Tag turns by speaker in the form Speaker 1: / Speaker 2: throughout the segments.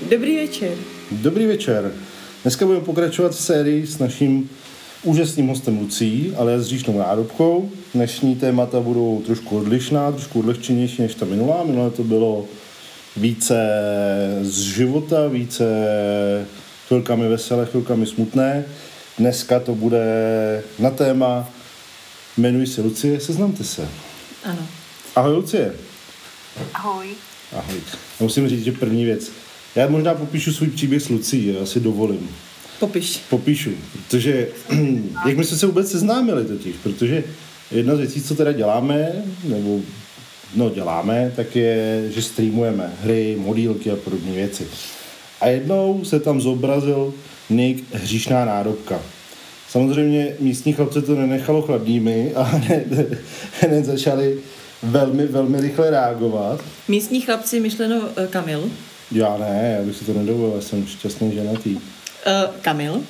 Speaker 1: Dobrý večer.
Speaker 2: Dobrý večer. Dneska budeme pokračovat v sérii s naším úžasným hostem Lucí, ale s říšnou nádobkou. Dnešní témata budou trošku odlišná, trošku odlehčenější než ta minulá. Minulé to bylo více z života, více chvilkami veselé, chvilkami smutné. Dneska to bude na téma jmenuji se Lucie, seznamte se.
Speaker 1: Ano.
Speaker 2: Ahoj Lucie.
Speaker 3: Ahoj.
Speaker 2: Ahoj. Já musím říct, že první věc. Já možná popíšu svůj příběh s Lucí, já si dovolím. Popíšu, protože jak my jsme se vůbec seznámili totiž, protože jedna z věcí, co teda děláme, děláme, tak je, že streamujeme hry, modílky a podobné věci. A jednou se tam zobrazil nick Hříšná nádobka. Samozřejmě místní chlapce to nenechalo chladnými a hned začali velmi, velmi rychle reagovat.
Speaker 1: Místní chlapci, myšleno Kamil?
Speaker 2: Já bych si to nedovolil, já jsem šťastný ženatý.
Speaker 1: Kamil?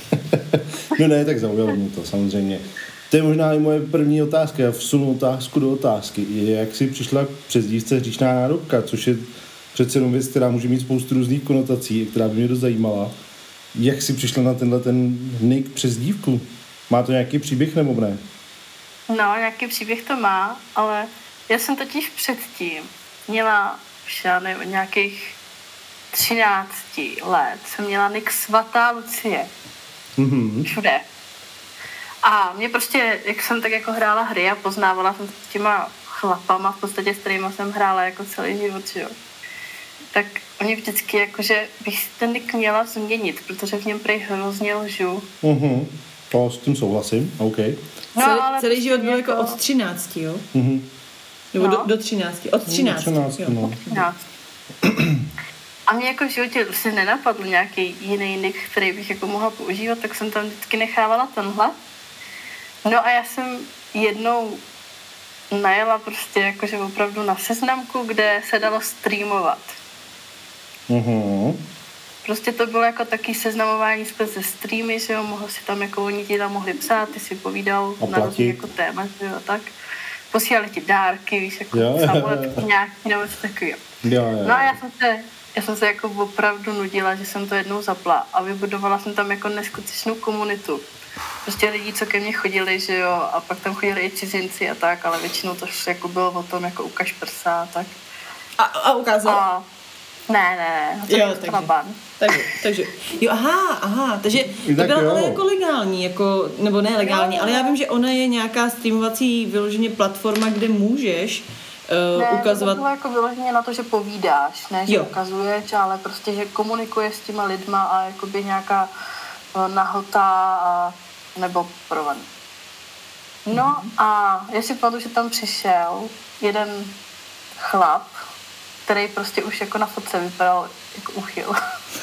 Speaker 2: No ne, tak zaujalo mě to, samozřejmě. To je možná i moje první otázka, já vsunu otázku do otázky. Jak jsi přišla k přezdívce Hříšná nádobka, což je přece jenom věc, která může mít spoustu různých konotací, která by mě dost zajímala. Jak jsi přišla na tenhle ten nick přezdívku? Má to nějaký příběh nebo ne?
Speaker 3: No, nějaký příběh to má, ale já jsem totiž předtím měla už já nevím, nějakých 13 let jsem měla nick Svatá Lucie. Mm-hmm. Všude. A mě prostě, jak jsem tak jako hrála hry a poznávala jsem s těma chlapama, v podstatě s kterýma jsem hrála jako celý život, jo. Tak oni vždycky jakože bych si ten nick měla změnit, protože v něm prej hrozně lžu.
Speaker 2: Mhm. To s tím souhlasím, OK.
Speaker 1: No, celý život byl jako od 13, jo? Mhm. Nebo do 13. Od 13.
Speaker 2: No.
Speaker 3: 13. A mě jako v životě se nenapadl nějaký jiný nick, který bych jako mohla používat, tak jsem tam vždycky nechávala tenhle. No a já jsem jednou najela prostě jakože opravdu na seznamku, kde se dalo streamovat.
Speaker 2: Mhm.
Speaker 3: Prostě to bylo jako taky seznamování skrze streamy, že jo, mohl si tam jako oni ti tam mohli psát, ty si povídal na různý jako téma, že jo, tak. Posílali ti dárky, víš, jako samolepky nějaký nebo co takový. No a já jsem se jako opravdu nudila, že jsem to jednou zapla a vybudovala jsem tam jako neskutečnou komunitu. Prostě lidi, co ke mně chodili, že jo, a pak tam chodili i cizinci a tak, ale většinou to jako bylo o tom, jako ukaž prsa a tak.
Speaker 1: A ukázal?
Speaker 3: Ne,
Speaker 1: jo, takže, jo, aha, takže to bylo ale jako legální, jako, nebo ne legální, ale já vím, že ona je nějaká streamovací vyloženě platforma, kde můžeš ukazovat.
Speaker 3: Ne, to bylo jako vyloženě na to, že povídáš, ne, že ukazuješ, ale prostě, že komunikuješ s těma lidma a jakoby nějaká nahota a, nebo provan. No a já si pamatuju, že tam přišel jeden chlap, který prostě už jako na fotce vypadal jako uchyl.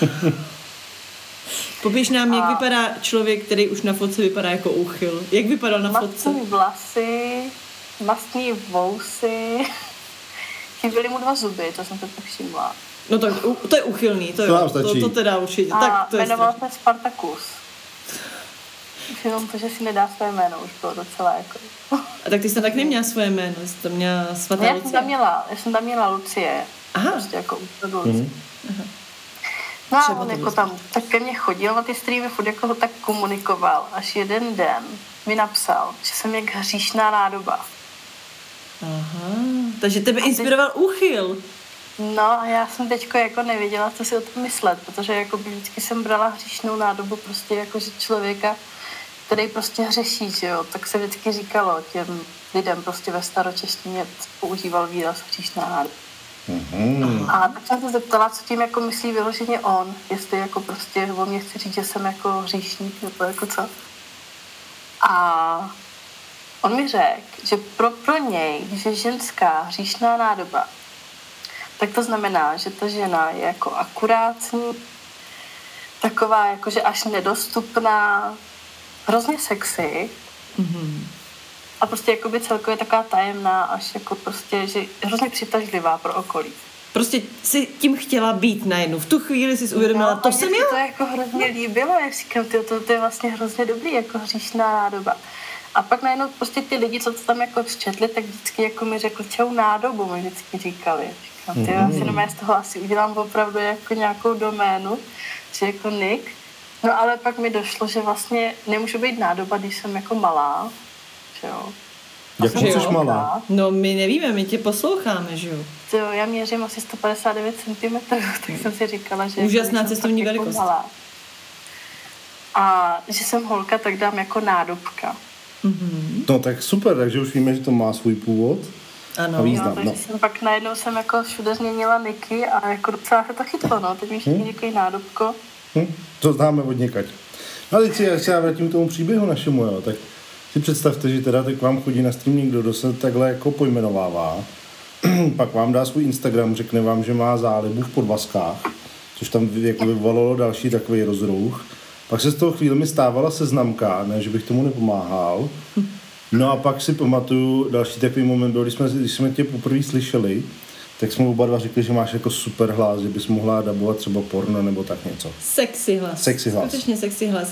Speaker 1: Popiš nám, jak vypadá člověk, který už na fotce vypadá jako uchyl. Jak vypadal na fotce?
Speaker 3: Mastní vlasy, mastní vousy, chyběly mu 2 zuby, to jsem to všimla.
Speaker 1: No tak to je uchylný, to teda určitě.
Speaker 3: A
Speaker 1: tak, to
Speaker 3: jmenoval se Spartacus. Už jenom to, že si nedá své jméno, už bylo docela jako...
Speaker 1: A tak ty jsi tak neměla svoje jméno, jsi tam měla Svatá Lucie?
Speaker 3: Já jsem tam měla Lucie. Aha. Prostě jako úkladu Lucie. No a on jako tam tak ke mně chodil na ty streamy, furt jako ho tak komunikoval. Až jeden den mi napsal, že jsem jak hříšná nádoba.
Speaker 1: Aha, takže tebe inspiroval úchyl.
Speaker 3: No a já jsem teďko jako nevěděla, co si o tom myslet, protože jako vždycky jsem brala hříšnou nádobu prostě jako že člověka, který prostě hřeší, že jo, tak se vždycky říkalo těm lidem prostě ve staročeštině používal výraz hříšná nádoba. Mm-hmm. A tak jsem se zeptala, co tím jako myslí vyloženě on, jestli jako prostě o mě chci říct, že jsem jako hříšník, nebo jako co. A on mi řekl, že pro něj, když je ženská hříšná nádoba, tak to znamená, že ta žena je jako akurátní, taková jakože až nedostupná, hrozně sexy. Mm-hmm. A prostě jakoby celkově taková tajemná, až jako prostě, že hrozně přitažlivá pro okolí.
Speaker 1: Prostě si tím chtěla být najednou. V tu chvíli jsi uvědomila, to jsem já.
Speaker 3: To jako hrozně líbilo, jak říkám, to je vlastně hrozně dobrý, jako hříšná nádoba. A pak najednou prostě ty lidi, co to tam jako četli, tak vždycky jako mi řekli, čau nádobu, mi vždycky říkali. Říkám, já si z toho asi udělám opravdu jako nějakou doménu, že jako nick. No ale pak mi došlo, že vlastně nemůžu být nádoba, když jsem jako malá, že jo.
Speaker 2: Jak jsi malá?
Speaker 1: No my nevíme, my tě posloucháme, že jo.
Speaker 3: Jo, já měřím asi 159 cm, tak jsem si říkala, že
Speaker 1: úžasná cestovní velikost.
Speaker 3: Jako malá. A že jsem holka, tak dám jako nádobka.
Speaker 2: Mm-hmm. No tak super, takže už víme, že to má svůj původ.
Speaker 1: Ano.
Speaker 2: A význam.
Speaker 3: Takže jsem pak najednou jsem jako všude změnila niky a jako docela se to chytlo, no. Teď mi všichni říkají nádobko.
Speaker 2: To známe od někať. No ale jak se já vrátím k tomu příběhu našemu, jo, tak si představte, že teda tak vám chodí na stream někdo, kdo se takhle jako pojmenovává, pak vám dá svůj Instagram, řekne vám, že má zálibu v podvazkách, což tam jako vyvolalo další takový rozruch. Pak se z toho chvíli mi stávala seznamka, ne, že bych tomu nepomáhal. No a pak si pamatuju, další takový moment byl, když jsme tě poprvé slyšeli, tak jsme oba dva řekli, že máš jako super hlas, že bys mohla dabovat třeba porno nebo tak něco.
Speaker 1: Sexy hlas.
Speaker 2: Sexy hlas.
Speaker 1: Skutečně sexy hlas.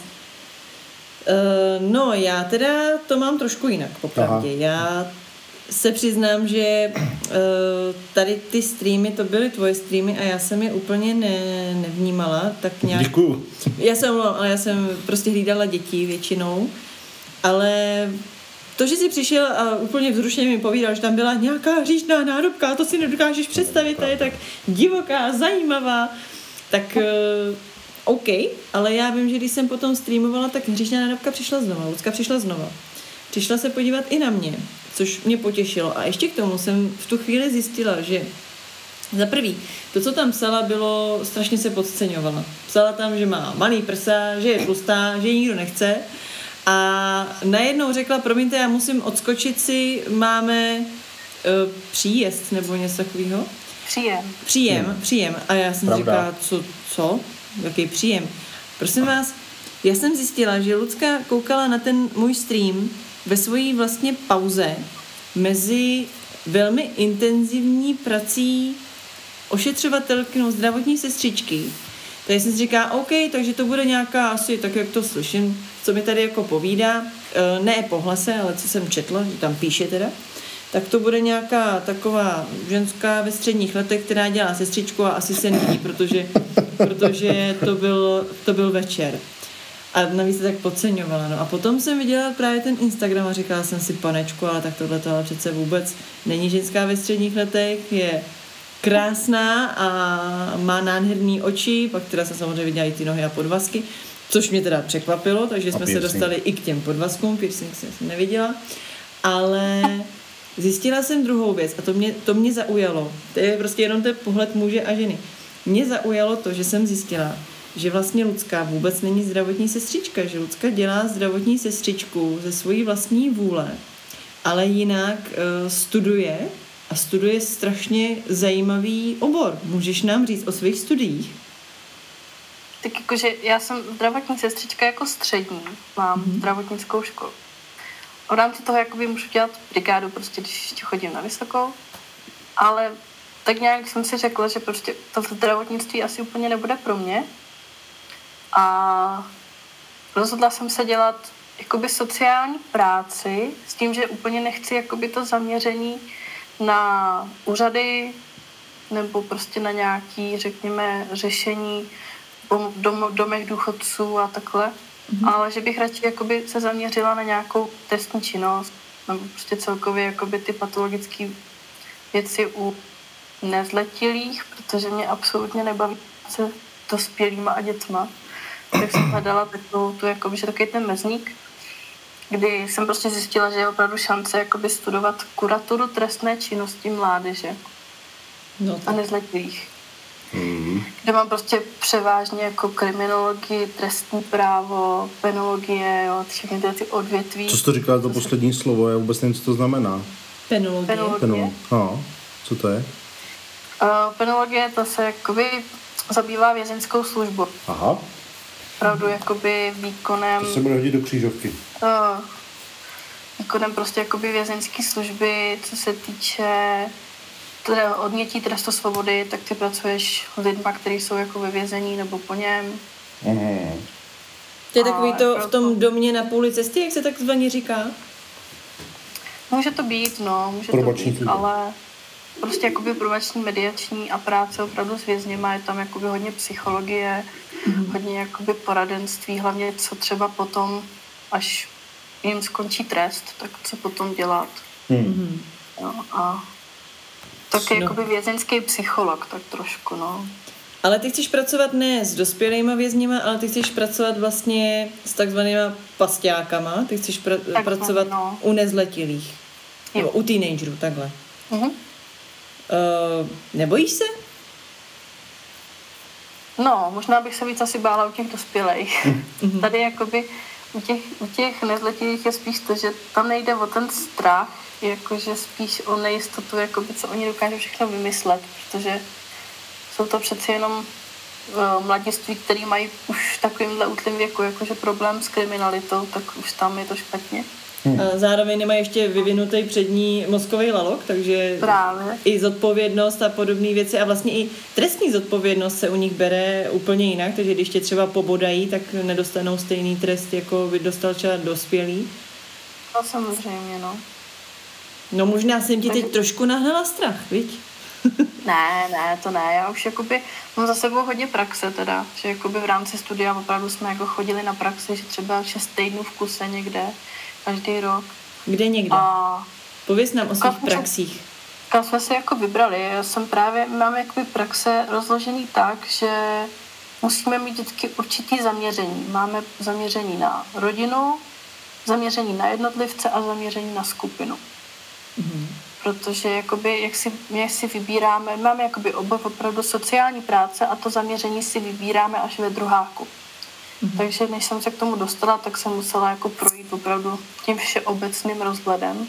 Speaker 1: No, já teda to mám trošku jinak, popravdě. Já se přiznám, že tady ty streamy, to byly tvoje streamy a já jsem je úplně nevnímala, tak nějak...
Speaker 2: Děkuju.
Speaker 1: Já jsem prostě hlídala děti většinou, ale to, že jsi přišel a úplně vzrušeně mi povídal, že tam byla nějaká hříšná nádobka, to si nedokážeš představit, ta je tak divoká, zajímavá, tak... OK, ale já vím, že když jsem potom streamovala, tak hříšná nádobka přišla znova, Lucka přišla znova. Přišla se podívat i na mě, což mě potěšilo. A ještě k tomu jsem v tu chvíli zjistila, že za prvý, to, co tam psala, bylo, strašně se podceňovala. Psala tam, že má malý prsa, že je tlustá, že ji nikdo nechce. A najednou řekla, promiňte, já musím odskočit si, máme příjezd nebo něco takového. Příjem. A já jsem říkala, co? Jaký příjem. Prosím vás, já jsem zjistila, že Lucka koukala na ten můj stream ve svojí vlastně pauze mezi velmi intenzivní prací ošetřovatelky, no, zdravotní sestřičky. Takže jsem si říkala, OK, takže to bude nějaká asi, tak jak to slyším, co mi tady jako povídá, ne po hlase, ale co jsem četla, že tam píše teda, tak to bude nějaká taková ženská ve středních letech, která dělá sestřičku a asi se neví, protože to byl večer. A navíc se tak podceňovala. No. A potom jsem viděla právě ten Instagram a říkala jsem si, panečku, ale tak tohle ale přece vůbec není ženská ve středních letech, je krásná a má nádherný oči, pak teda jsem samozřejmě viděla i ty nohy a podvazky, což mě teda překvapilo, takže jsme se dostali i k těm podvazkům, piercing jsem neviděla, ale zjistila jsem druhou věc a to mě zaujalo. To je prostě jenom ten pohled muže a ženy. Mě zaujalo to, že jsem zjistila, že vlastně Lucka vůbec není zdravotní sestřička, že Lucka dělá zdravotní sestřičku ze svojí vlastní vůle, ale jinak studuje strašně zajímavý obor. Můžeš nám říct o svých studiích?
Speaker 3: Tak jakože já jsem zdravotní sestřička jako střední, mám zdravotnickou školu. V rámci toho jakoby můžu dělat brigádu, prostě když ještě chodím na vysokou, ale tak nějak jsem si řekla, že prostě to zdravotnictví asi úplně nebude pro mě. A rozhodla jsem se dělat jakoby sociální práci s tím, že úplně nechci jakoby to zaměření na úřady nebo prostě na nějaký, řekněme, řešení domech důchodců a takhle. Ale že bych radši jakoby se zaměřila na nějakou trestní činnost nebo prostě celkově jakoby ty patologické věci u nezletilých, protože mě absolutně nebaví se dospělýma a dětma. Tak jsem hledala takovou tu, jakoby, že takový ten mezník, kdy jsem prostě zjistila, že je opravdu šance jakoby studovat kuraturu trestné činnosti mládeže a nezletilých. Kde mám prostě převážně jako kriminologii, trestní právo, penologie, jo, všechny ty odvětví.
Speaker 2: Co jsi to říkala, to poslední slovo, já vůbec nevím, co to znamená.
Speaker 1: Penologie.
Speaker 2: Co to je?
Speaker 3: Penologie, to se jakoby zabývá vězeňskou službou.
Speaker 2: Aha.
Speaker 3: Opravdu jakoby výkonem...
Speaker 2: To se bude hodit do křížovky.
Speaker 3: Výkonem prostě jakoby vězeňské služby, co se týče teda odnětí trestu svobody, tak ty pracuješ s lidma, kteří jsou jako ve vězení nebo po něm.
Speaker 1: To je takový to v tom domě na půli cesty, jak se takzvaně říká?
Speaker 3: Může to být, ale prostě jakoby probační, mediační a práce opravdu s vězněma, je tam jakoby hodně psychologie, hodně jakoby poradenství, hlavně co třeba potom, až jim skončí trest, tak co potom dělat. No, a taky jakoby vězeňský psycholog, tak trošku, no.
Speaker 1: Ale ty chceš pracovat ne s dospělýma vězněma, ale ty chceš pracovat vlastně s takzvanýma pasťákama, ty chceš pracovat u nezletilých, nebo u teenagerů, takhle. Nebojíš se?
Speaker 3: No, možná bych se víc asi bála u těch dospělých. Tady jakoby u těch nezletilých je spíš to, že tam nejde o ten strach, jakože spíš o nejistotu, jakoby, co oni dokážou všechno vymyslet, protože jsou to přeci jenom mladiství, který mají už v takovýmhle útlým věku jakože problém s kriminalitou, tak už tam je to špatně.
Speaker 1: A zároveň nemají ještě vyvinutý přední mozkový lalok, takže
Speaker 3: právě.
Speaker 1: I zodpovědnost a podobné věci a vlastně i trestní zodpovědnost se u nich bere úplně jinak, takže když tě třeba pobodají, tak nedostanou stejný trest, jako by dostal třeba dospělý.
Speaker 3: No samozřejmě, no.
Speaker 1: No možná jsem ti teď trošku nahnala strach, viď?
Speaker 3: Ne, to ne. Já už jakoby mám za sebou hodně praxe teda, že jakoby v rámci studia opravdu jsme jako chodili na praxi, že třeba 6 týdnů v kuse někde, každý rok.
Speaker 1: Kde někde? A pověz nám o svých praxích.
Speaker 3: Kam jsme se jako vybrali. Máme jakoby praxe rozložený tak, že musíme mít vždycky určitý zaměření. Máme zaměření na rodinu, zaměření na jednotlivce a zaměření na skupinu. Protože jakoby, jak si vybíráme, máme jakoby obor opravdu sociální práce a to zaměření si vybíráme až ve druháku. Takže než jsem se k tomu dostala, tak jsem musela jako projít opravdu tím všeobecným rozhledem.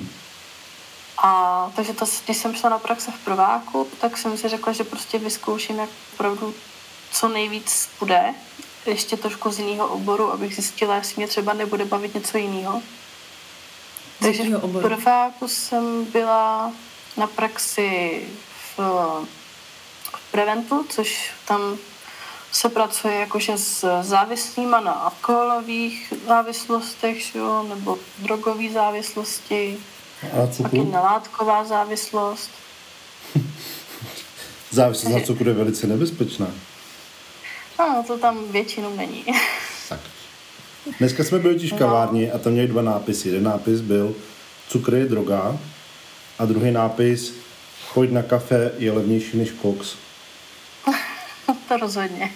Speaker 3: A takže když jsem šla na praxe v prváku, tak jsem si řekla, že prostě vyzkouším, jak opravdu co nejvíc bude, ještě trošku z jiného oboru, abych zjistila, jestli mě třeba nebude bavit něco jiného. Takže v prváku jsem byla na praxi v Preventu, což tam se pracuje jakože s závislýma na alkoholových závislostech, jo, nebo drogové závislosti, taky nelátková závislost.
Speaker 2: Závislost na cukru je velice nebezpečná.
Speaker 3: No, to tam většinou není.
Speaker 2: Tak. Dneska jsme byli v kavárně a tam měli 2 nápisy. Jeden nápis byl cukr je droga a druhý nápis choď na kafe je levnější než koks.
Speaker 3: To rozhodně.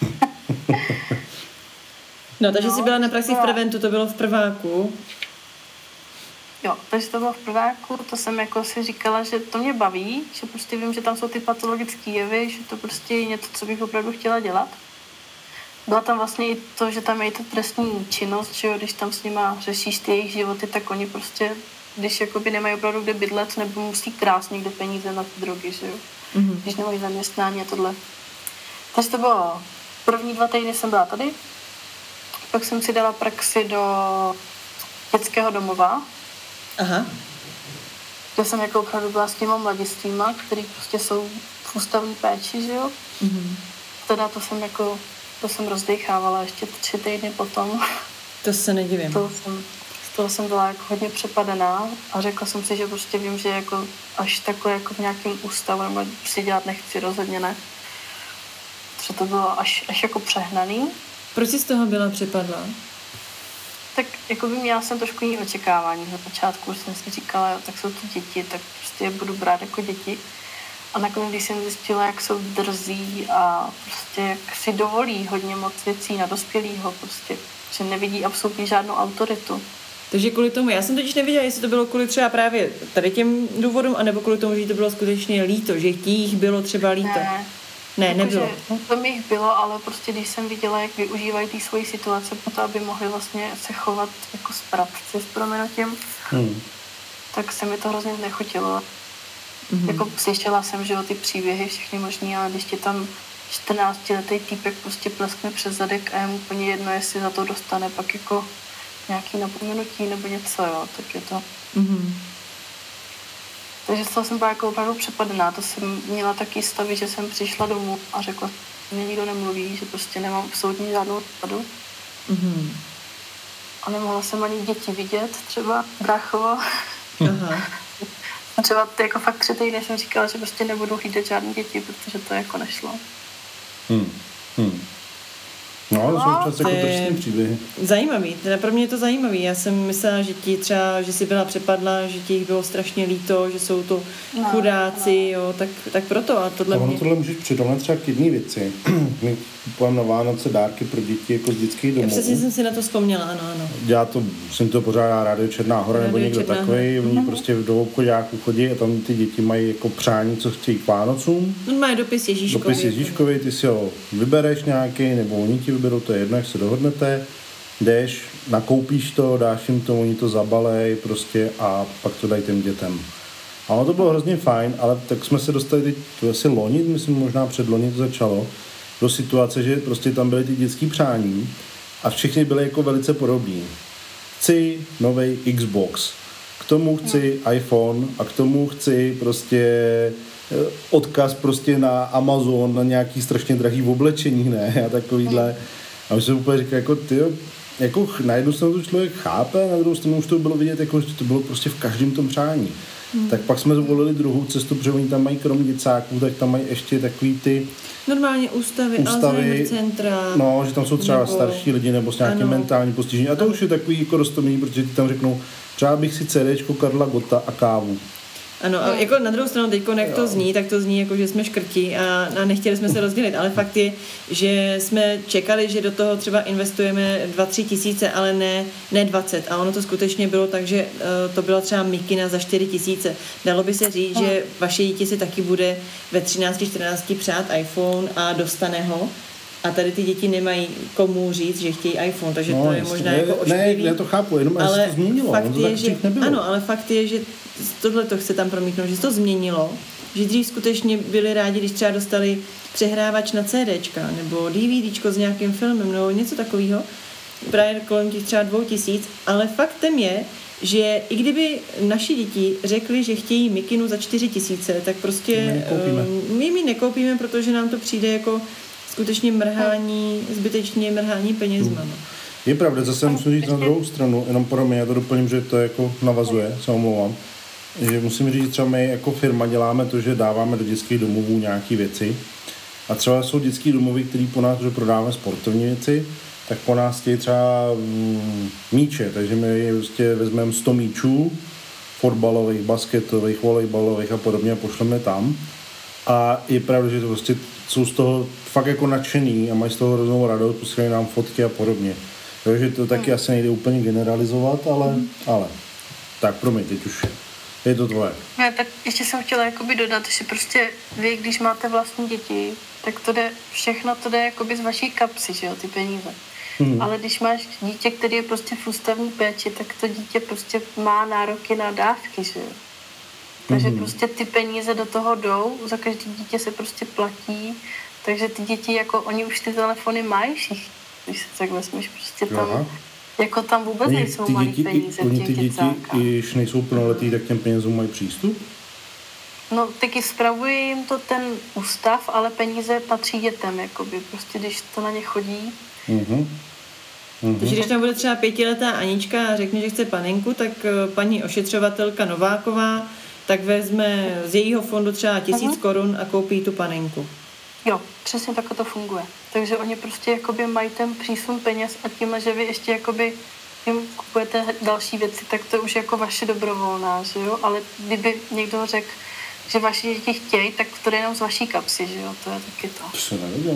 Speaker 1: No, takže jsi byla na praxi v Preventu, to bylo v prváku.
Speaker 3: Jo, takže to bylo v prváku, to jsem jako si říkala, že to mě baví, že prostě vím, že tam jsou ty patologické jevy, že to prostě je něco, co bych opravdu chtěla dělat. Byla tam vlastně i to, že tam je i ta trestní činnost, že jo, když tam s nima řešíš ty jejich životy, tak oni prostě, když jakoby nemají opravdu kde bydlet, nebo musí krást někde peníze na ty drogy, že jo, když nemají zaměstnání a tohle. Takže to bylo, první 2 týdny jsem byla tady, pak jsem si dala praxi do dětského domova, kde jsem jako opravdu byla s těma mladistvýma, který prostě jsou v ústavní péči, že jo. Teda to jsem rozdechávala ještě 3 týdny potom.
Speaker 1: To se nedivím.
Speaker 3: Z toho jsem byla jako hodně přepadená a řekla jsem si, že prostě vím, že jako až takhle jako v nějakém ústavu nebo si dělat nechci, rozhodně ne. Protože to bylo až jako přehnaný.
Speaker 1: Proč jsi z toho byla přepadla?
Speaker 3: Tak jako by měla jsem trošku jiný očekávání. Na počátku jsem si říkala, tak jsou to děti, tak prostě je budu brát jako děti. A nakonec, když jsem zjistila, jak jsou drzí a prostě jak si dovolí hodně moc věcí na dospělýho, prostě, že nevidí absolutně žádnou autoritu.
Speaker 1: Takže kvůli tomu, já jsem totiž nevěděla, jestli to bylo kvůli třeba právě tady těm důvodům, anebo kvůli tomu, že to bylo skutečně líto, že jich bylo třeba líto. Ne, nebylo.
Speaker 3: To mi jich bylo, ale prostě když jsem viděla, jak využívají ty svoji situace pro to, aby mohli vlastně se chovat jako správci s proměnutím, tak se mi to hrozně znechutilo. Jako slyšela jsem, že o ty příběhy všechny možný, ale když ti tam 14letý týpek prostě pleskne přes zadek a je mu úplně jedno, jestli za to dostane pak jako nějaký napomenutí nebo něco, jo, tak je to. Takže z toho jsem byla jako opravdu přepadená. To jsem měla taky stavy, že jsem přišla domů a řekla, že mě nikdo nemluví, že prostě nemám absolutně žádnou odpadu. A nemohla jsem ani děti vidět, třeba bráchovo.
Speaker 1: Aha.
Speaker 3: Třeba jako fakt 3 týdny jsem říkala, že prostě nebudu hlídat žádný děti, protože to jako nešlo.
Speaker 2: No, ale jsou čas jako drsný příběhy.
Speaker 1: Zajímavý, teda pro mě je to zajímavý. Já jsem myslela, že ti třeba, že jsi byla přepadla, že ti jich bylo strašně líto, že jsou to chudáci, jo, tak proto, a tohle
Speaker 2: mě... Tohle můžeš přidomlet třeba k jedné věci. My kupujeme na Vánoce dárky pro děti jako z dětských domovů.
Speaker 1: Přesně jsem si na to vzpomněla, ano.
Speaker 2: Já to, jsem to pořádá Radio Černá Hora nebo někdo takovej, oni prostě do obchodáků chodí a tam ty děti mají jako přání, co chtějí k Vánocům.
Speaker 1: On má dopis Ježíškovi.
Speaker 2: Ty si ho vybereš nějaký, nebo oni ti vyberou, to je jedno, jak se dohodnete, jdeš, nakoupíš to, dáš jim to, oni to zabalej prostě a pak to dají těm dětem. A ono to bylo hrozně fajn, ale tak jsme se dostali teď, to asi loni, myslím možná předloni to začalo, do situace, že prostě tam byly ty dětský přání a všichni byli jako velice podobní. Chci novej Xbox, k tomu chci iPhone a k tomu chci prostě odkaz prostě na Amazon, na nějaký strašně drahý oblečení, ne, a takovýhle. A my jsme úplně říkali, jako tyjo, jako na jednu stranu to člověk chápe, na druhou stranu už to bylo vidět, jako, že to bylo prostě v každém tom přání. Tak pak jsme zvolili druhou cestu, protože oni tam mají krom děcáků, tak tam mají ještě takový ty
Speaker 1: normálně ústavy Alzheimer centra.
Speaker 2: No, že tam jsou třeba starší lidi nebo s nějakým mentálním postižením. A to už je takový jako roztomilý, protože ti tam řeknou, třeba bych si CDčko Karla Gotta a kávu.
Speaker 1: Ano, a jako na druhou stranu teďko, jak to zní, tak to zní jako, že jsme škrti a nechtěli jsme se rozdělit, ale fakt je, že jsme čekali, že do toho třeba investujeme 2-3 tisíce, ale ne 20 a ono to skutečně bylo tak, že to byla třeba mikina za 4 tisíce. Dalo by se říct, že vaše dítě si taky bude ve 13-14 přát iPhone a dostane ho. A tady ty děti nemají komu říct, že chtějí iPhone, takže to je možná jako ošklivý.
Speaker 2: Ne, já to chápu, jenom ale se to změnilo.
Speaker 1: Fakt je, že, ano, ale fakt je, že tohle to chce tam promítnout, že se to změnilo, že dřív skutečně byli rádi, když třeba dostali přehrávač na CDčka, nebo DVDčko s nějakým filmem, nebo něco takového, právě kolem těch třeba 2000, ale faktem je, že i kdyby naši děti řekli, že chtějí mikinu za 4 tisíce, tak prostě my ji nekoupíme, protože nám to přijde jako skutečně zbytečně mrhání penězma. No.
Speaker 2: Je pravda, zase musím říct na druhou stranu, jenom pro mě, já to doplním, že to jako navazuje, se omlouvám, že musím říct, třeba my jako firma děláme to, že dáváme do dětských domovů nějaké věci a třeba jsou dětský domovy, který po nás, že prodáváme sportovní věci, tak po nás chtějí třeba míče, takže my prostě vezmeme 100 míčů, fotbalových, basketových, volejbalových a podobně a pošleme tam. A je pravda, že to prostě jsou z toho fakt jako nadšený a mají z toho hroznou radost, posílají nám fotky a podobně. Takže to taky asi nejde úplně generalizovat, ale tak promiň, teď už je to tvoje.
Speaker 3: Ne, tak ještě jsem chtěla jakoby dodat, že prostě vy, když máte vlastní děti, tak to jde, všechno to jde jakoby z vaší kapsy, že jo, ty peníze. Ale když máš dítě, který je prostě v ústavní péči, tak to dítě prostě má nároky na dávky, že jo. Takže prostě ty peníze do toho jdou, za každé dítě se prostě platí, takže ty děti, jako oni už ty telefony mají všichni, když se tak vezmeš, prostě tam, jako tam vůbec nejsou malý peníze v těch děcákách.
Speaker 2: Když nejsou plnoletí, tak těm penězům mají přístup?
Speaker 3: No, taky spravuje jim to ten ústav, ale peníze patří dětem, jakoby, prostě když to na ně chodí.
Speaker 1: Takže když tam bude třeba 5letá Anička a řekne, že chce panenku, tak paní ošetřovatelka Nováková tak vezme z jejího fondu třeba 1000 korun a koupí tu panenku.
Speaker 3: Jo, přesně tak to funguje. Takže oni prostě jakoby mají ten přísun peněz a tím, že vy ještě jakoby jim kupujete další věci, tak to už jako vaše dobrovolná, že jo? Ale kdyby někdo řekl, že vaši děti chtějí, tak to jde jenom z vaší kapsy, že jo? To je taky to.
Speaker 2: To se nevěděl.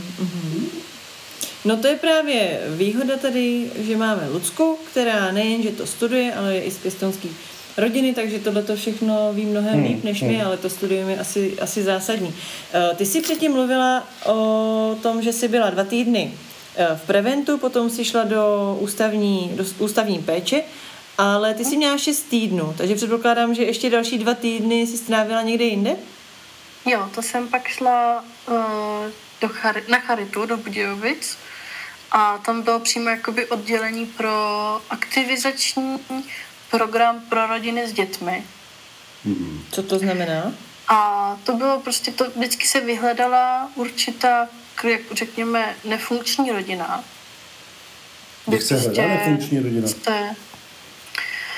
Speaker 1: No to je právě výhoda tady, že máme Lucku, která nejen, že to studuje, ale je i z pěstounský rodiny, takže tohleto všechno ví mnohem líp než my, ale to studium je asi zásadní. Ty jsi předtím mluvila o tom, že jsi byla 2 týdny v preventu, potom jsi šla do ústavní péče, ale ty jsi měla 6 týdnů, takže předpokládám, že ještě další 2 týdny jsi strávila někde jinde?
Speaker 3: Jo, to jsem pak šla na Charitu do Budějovic a tam bylo přímo jakoby oddělení pro aktivizační program pro rodiny s dětmi.
Speaker 1: Co to znamená?
Speaker 3: A to bylo prostě, to vždycky se vyhledala určitá, jak řekněme, nefunkční rodina.
Speaker 2: Jak se hledá nefunkční rodina?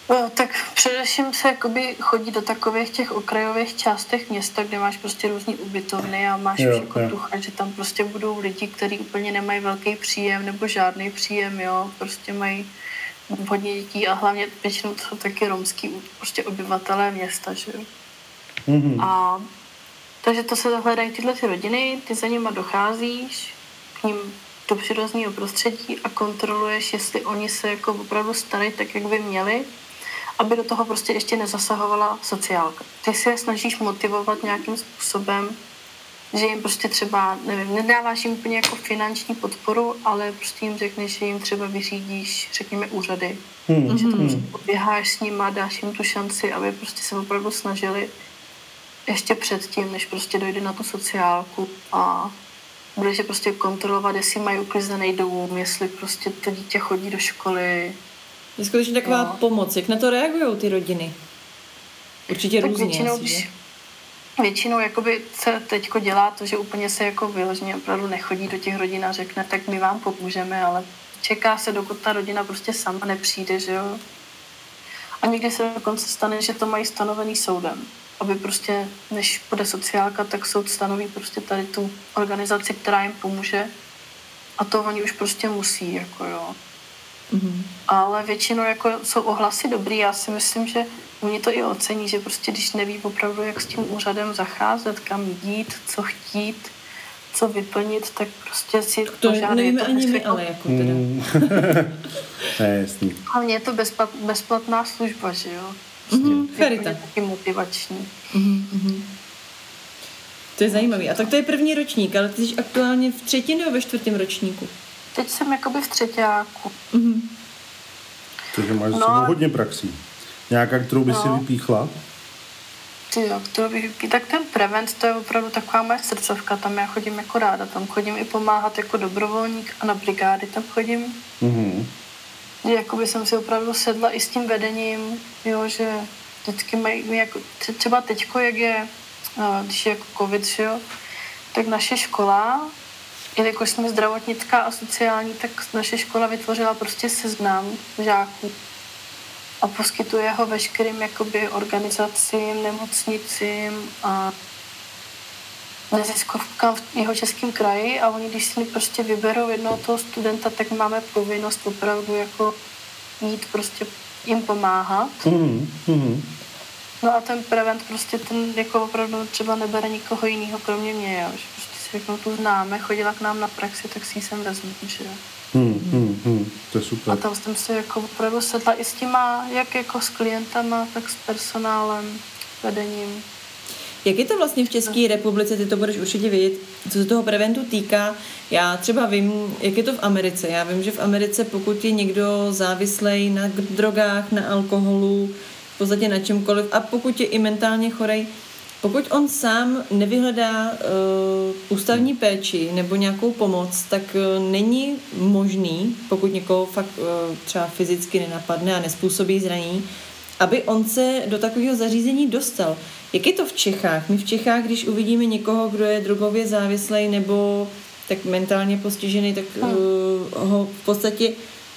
Speaker 3: No, tak především se jakoby chodí do takových těch okrajových částech města, kde máš prostě různý ubytovny a máš už jako ducha, že tam prostě budou lidi, kteří úplně nemají velký příjem nebo žádný příjem, jo, prostě mají hodně dětí a hlavně většinou to jsou taky romský prostě obyvatelé města, že jo. Mm-hmm. A takže to se hledají tyhle rodiny, ty za nima docházíš k ním do přirozeného prostředí a kontroluješ, jestli oni se jako opravdu starají tak, jak by měli, aby do toho prostě ještě nezasahovala sociálka. Ty si je snažíš motivovat nějakým způsobem, že jim prostě třeba, nevím, nedáváš jim úplně jako finanční podporu, ale prostě jim řekneš, že jim třeba vyřídíš, řekněme, úřady. Že tam prostě poběháš s nima, dáš jim tu šanci, aby prostě se opravdu snažili ještě předtím, než prostě dojde na tu sociálku a budeš je prostě kontrolovat, jestli mají uklizený dům, jestli prostě to dítě chodí do školy.
Speaker 1: Je skutečně taková pomoc. Jak na to reagují ty rodiny? Určitě tak různě.
Speaker 3: Většinou jakoby se teďko dělá to, že úplně se jako vyloženě opravdu nechodí do těch rodin a řekne, tak my vám pomůžeme, ale čeká se, dokud ta rodina prostě sama nepřijde, že jo. A někdy se dokonce stane, že to mají stanovený soudem. Aby prostě, než bude sociálka, tak soud stanoví prostě tady tu organizaci, která jim pomůže. A to oni už prostě musí, jako jo. Mm-hmm. Ale většinou jako jsou ohlasy dobrý. Já si myslím, že oni to i ocení, že prostě když neví opravdu, jak s tím úřadem zacházet, kam jít, co chtít, co vyplnit, tak prostě si
Speaker 1: to nevíme ani my, ale jako teda.
Speaker 2: Jasný.
Speaker 3: Hlavně je to bezplatná služba, že jo.
Speaker 1: Charita.
Speaker 3: Taky motivační.
Speaker 1: To je zajímavý. A tak to je první ročník, ale ty jsi aktuálně v 3. nebo ve 4. ročníku?
Speaker 3: Teď jsem jakoby v 3.
Speaker 2: Takže máš hodně praxí. Nějaká, kterou by si vypíchla?
Speaker 3: Kterou bych vypíchla. Tak ten prevent, to je opravdu taková moje srdcovka. Tam já chodím jako ráda. Tam chodím i pomáhat jako dobrovolník a na brigády tam chodím. Jakoby jsem si opravdu sedla i s tím vedením, jo, že vždycky mají, jako, třeba teďko, jak je, když je jako covid, jo, tak naše škola, jelikož jsme zdravotnická a sociální, tak naše škola vytvořila prostě seznam žáků a poskytuje ho veškerým jakoby organizacím, nemocnicím a neziskovkám v Jihočeském kraji a oni, když si prostě vyberou jednoho toho studenta, tak máme povinnost opravdu jako jít prostě jim pomáhat. No a ten prevent prostě ten jako opravdu třeba nebere nikoho jiného kromě mě, jo. Že prostě si jako tu známe, chodila k nám na praxi, tak si ji sem vezmu, že jo.
Speaker 2: To je super.
Speaker 3: A tam jsem si jako opravdu sedla i s těma, jak jako s klientama, tak s personálem, vedením.
Speaker 1: Jak je to vlastně v České republice, ty to budeš určitě vědět, co se toho preventu týká. Já třeba vím, jak je to v Americe. Já vím, že v Americe, pokud je někdo závislej na drogách, na alkoholu, v podstatě na čemkoliv, a pokud je i mentálně chorej, pokud on sám nevyhledá ústavní péči nebo nějakou pomoc, tak není možný, pokud někoho fakt třeba fyzicky nenapadne a nespůsobí zranění, aby on se do takového zařízení dostal. Jak je to v Čechách? My v Čechách, když uvidíme někoho, kdo je drogově závislý nebo tak mentálně postižený, tak ho v podstatě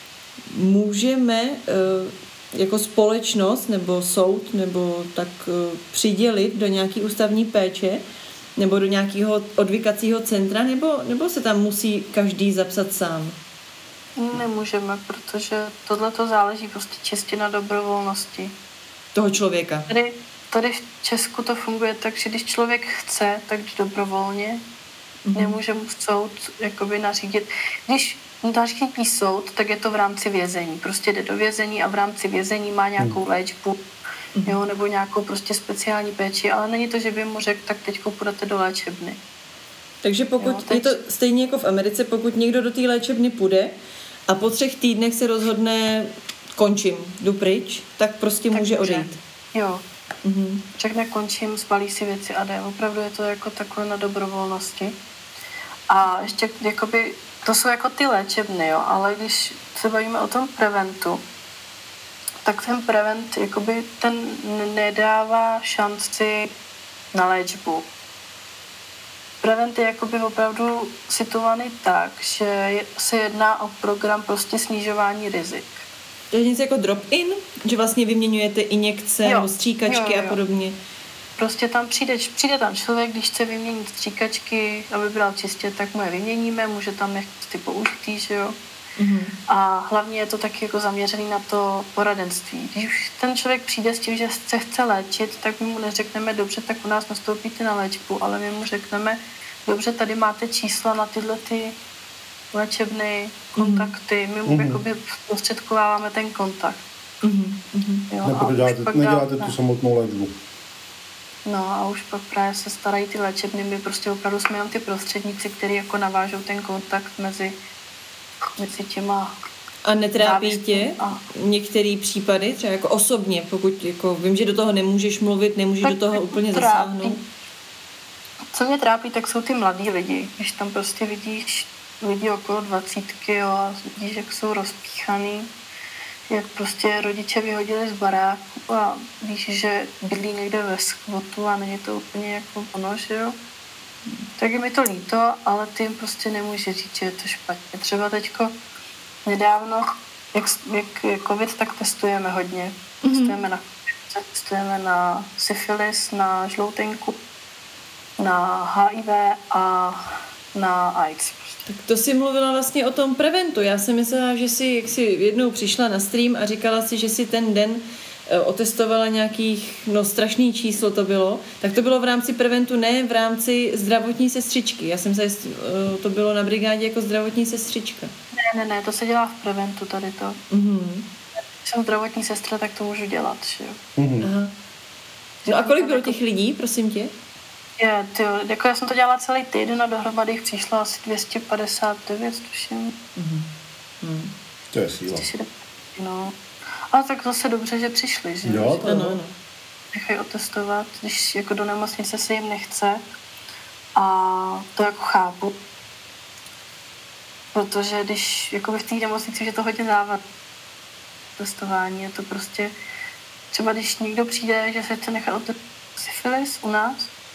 Speaker 1: můžeme jako společnost nebo soud nebo tak přidělit do nějaký ústavní péče nebo do nějakého odvykacího centra, nebo se tam musí každý zapsat sám?
Speaker 3: Nemůžeme, protože tohle to záleží prostě čistě na dobrovolnosti.
Speaker 1: Toho člověka.
Speaker 3: Tady v Česku to funguje tak, že když člověk chce, tak dobrovolně. Nemůže mu soud jakoby nařídit. Když nařídí soud, tak je to v rámci vězení. Prostě jde do vězení a v rámci vězení má nějakou léčbu, jo, nebo nějakou prostě speciální péči, ale není to, že by mu řekl, tak teďko půjdete do léčebny.
Speaker 1: Takže pokud je to stejně jako v Americe, pokud někdo do té léčebny půjde a po 3 týdnech se rozhodne končím, jdu pryč, tak prostě může odejít.
Speaker 3: Jo. Řekne končím, zbalí si věci a jde. Opravdu je to jako takové na dobrovolnosti. A ještě jakoby, to jsou jako ty léčebny, jo, ale když se bavíme o tom preventu, tak ten prevent jakoby ten nedává šanci na léčbu. Prevent je jakoby opravdu situovaný tak, že se jedná o program prostě snižování rizik.
Speaker 1: To je něco jako drop-in? Že vlastně vyměňujete injekce nebo stříkačky a podobně?
Speaker 3: Prostě tam přijde tam člověk, když chce vyměnit stříkačky, aby byla čistě, tak mu je vyměníme, může tam nechci použitý, že jo. Mm-hmm. A hlavně je to taky jako zaměřený na to poradenství. Když už ten člověk přijde s tím, že se chce léčit, tak my mu neřekneme, dobře, tak u nás nastoupíte na léčbu, ale my mu řekneme, dobře, tady máte čísla na tyhle ty léčebny, kontakty, my mu jakoby prostředkováváme ten kontakt.
Speaker 2: Jo, neděláte tu samotnou léčbu.
Speaker 3: No a už pak právě se starají ty léčebny, my prostě opravdu jsme jenom ty prostředníci, kteří jako navážou ten kontakt mezi těma.
Speaker 1: A netrápí tě některé případy, třeba jako osobně, pokud jako vím, že do toho nemůžeš mluvit, nemůžeš tak do toho úplně zasáhnout?
Speaker 3: Co mě trápí, tak jsou ty mladí lidi, když tam prostě vidíš lidi okolo 20 a vidíš, jak jsou rozpíchaný, jak prostě rodiče vyhodili z baráku a víš, že bydlí někde ve skvotu a není to úplně jako ono, že jo. Tak je mi to líto, ale ty jim prostě nemůže říct, že je to špatně. Třeba teďko nedávno, jak je covid, tak testujeme hodně. Testujeme na syfilis, na žloutenku, na HIV a na AIDS.
Speaker 1: Tak to jsi mluvila vlastně o tom preventu. Já jsem myslela, že jsi, jak jsi jednou přišla na stream a říkala si, že si ten den otestovala nějakých, strašný číslo to bylo, tak to bylo v rámci preventu, ne v rámci zdravotní sestřičky. Já jsem se, to bylo na brigádě jako zdravotní sestřička.
Speaker 3: Ne, to se dělá v preventu tady to. Když jsem zdravotní sestra, tak to můžu dělat, že jo.
Speaker 1: Aha. No a kolik bylo těch lidí, prosím tě?
Speaker 3: Jako já jsem to dělala celý týden a dohromady jich přišlo asi 259, tuším.
Speaker 2: To je síla.
Speaker 3: No. Ale tak zase dobře, že přišli, že?
Speaker 2: Jo, to
Speaker 1: ano.
Speaker 3: Nechají otestovat, když jako do nemocnice se jim nechce. A to jako chápu. Protože když jako v té nemocnici, že to hodně dává testování, je to prostě třeba když někdo přijde, že se chce nechat otestovat syfilis u nás,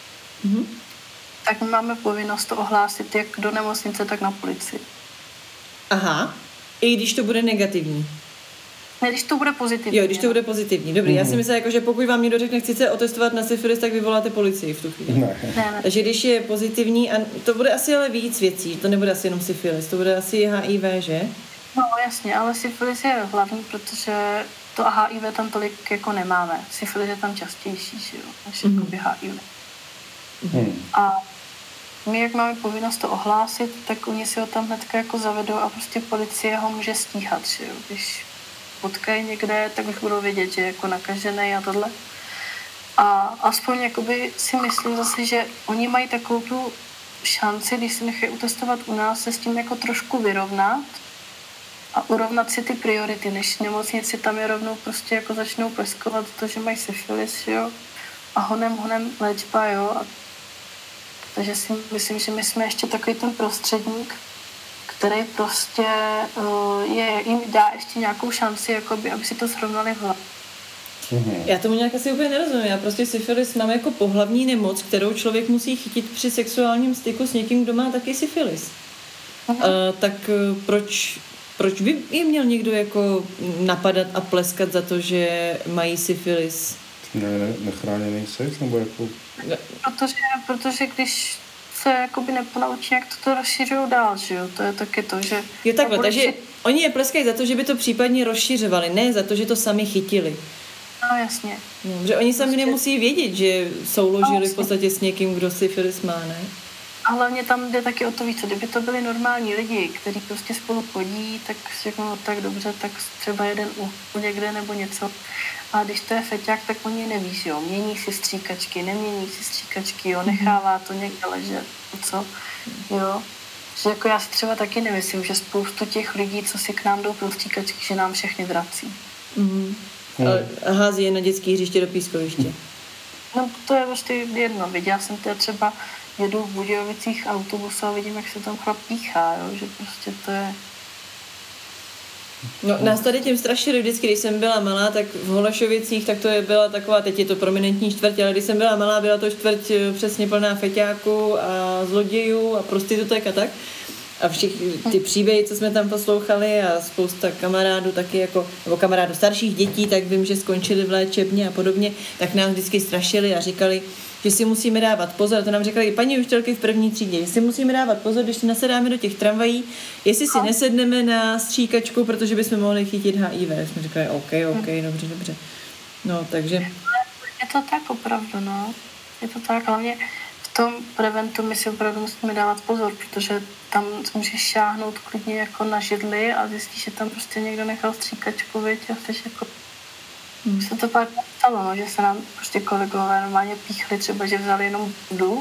Speaker 3: tak my máme povinnost to ohlásit jak do nemocnice, tak na policii.
Speaker 1: Aha, i když to bude negativní.
Speaker 3: Ne, když to bude pozitivní.
Speaker 1: Jo, když to bude pozitivní. Dobrý, já si myslím, jako, že pokud vám někdo řekne, chci se otestovat na syfilis, tak vyvoláte policii v tu chvíli.
Speaker 3: Ne.
Speaker 1: Takže když je pozitivní, a to bude asi ale víc věcí, to nebude asi jenom syfilis, to bude asi HIV, že?
Speaker 3: No jasně, ale syfilis je hlavní, protože to HIV tam tolik jako nemáme. Syfilis je tam častější, že jo, než jakoby HIV. A my, jak máme povinnost to ohlásit, tak oni si ho tam hnedka jako zavedou a prostě policie ho může stíhat, že jo. Když potkají někde, tak už budou vědět, že je jako nakažený a tohle. A aspoň jakoby si myslím zase, že oni mají takovou tu šanci, když se nechají utestovat u nás, se s tím jako trošku vyrovnat a urovnat si ty priority, než nemocnici tam je rovnou prostě jako začnou peskovat to, že mají syfilis, jo. A honem léčba, jo. Takže si myslím, že my jsme ještě takový ten prostředník, který prostě jim dá ještě nějakou šanci, jakoby, aby si to srovnali v hlavě.
Speaker 1: Já tomu nějak asi úplně nerozumím. Já prostě syfilis mám jako pohlavní nemoc, kterou člověk musí chytit při sexuálním styku s někým, kdo má taky syfilis. Tak proč by je měl někdo jako napadat a pleskat za to, že mají syfilis?
Speaker 2: Nechráněný sex, nebo jako...
Speaker 3: Protože když se jakoby neponaučí, jak to rozšiřují dál, že jo? To je taky to, že...
Speaker 1: Jo, takhle, takže oni je pleskají za to, že by to případně rozšiřovali, ne za to, že to sami chytili.
Speaker 3: No, jasně.
Speaker 1: No, že oni sami nemusí vědět, že souložili v podstatě s někým, kdo syfilis má, ne?
Speaker 3: A hlavně tam jde taky o to víc, kdyby to byli normální lidi, kteří prostě spolu chodí, tak si řeknou, tak dobře, tak třeba jeden u někde nebo něco. A když to je feťák, tak oni neví, jo, mění si stříkačky, nemění si stříkačky, jo, nechává to někde ležet, co, jo. Že jako já si třeba taky nemyslím, že spoustu těch lidí, co si k nám jdou pro stříkačky, že nám všechny vrací.
Speaker 1: A hází je na dětský hřiště do pískoviště.
Speaker 3: No to je prostě jedno, viděla jsem to třeba, jedu v Budějovicích autobusu a vidím, jak se tam chlap píchá, jo, že prostě to je...
Speaker 1: No, nás tady tím strašili vždycky, když jsem byla malá, tak v Holešovicích, tak to byla taková, teď je to prominentní čtvrť, ale když jsem byla malá, byla to čtvrť přesně plná feťáků a zlodějů a prostitutek a tak. a všechny ty příběhy, co jsme tam poslouchali a spousta kamarádů taky jako, nebo kamarádů starších dětí, tak vím, že skončili v léčebně a podobně, tak nás vždycky strašili a říkali, že si musíme dávat pozor, to nám říkali i paní učitelky v první třídě, že si musíme dávat pozor, když si nasedáme do těch tramvají, jestli si nesedneme na stříkačku, protože bychom mohli chytit HIV. Jsme říkali, OK, dobře. No, takže...
Speaker 3: Je to tak opravdu, no. Je to tak, hlavně v tom preventu my si opravdu musíme dávat pozor, protože tam můžeš šáhnout klidně jako na židli a zjistíš, že tam prostě někdo nechal stříkačku, viď, a chceš jako... Se to pak stalo, no, že se nám prostě kolegové normálně píchli, třeba, že vzali jenom bundu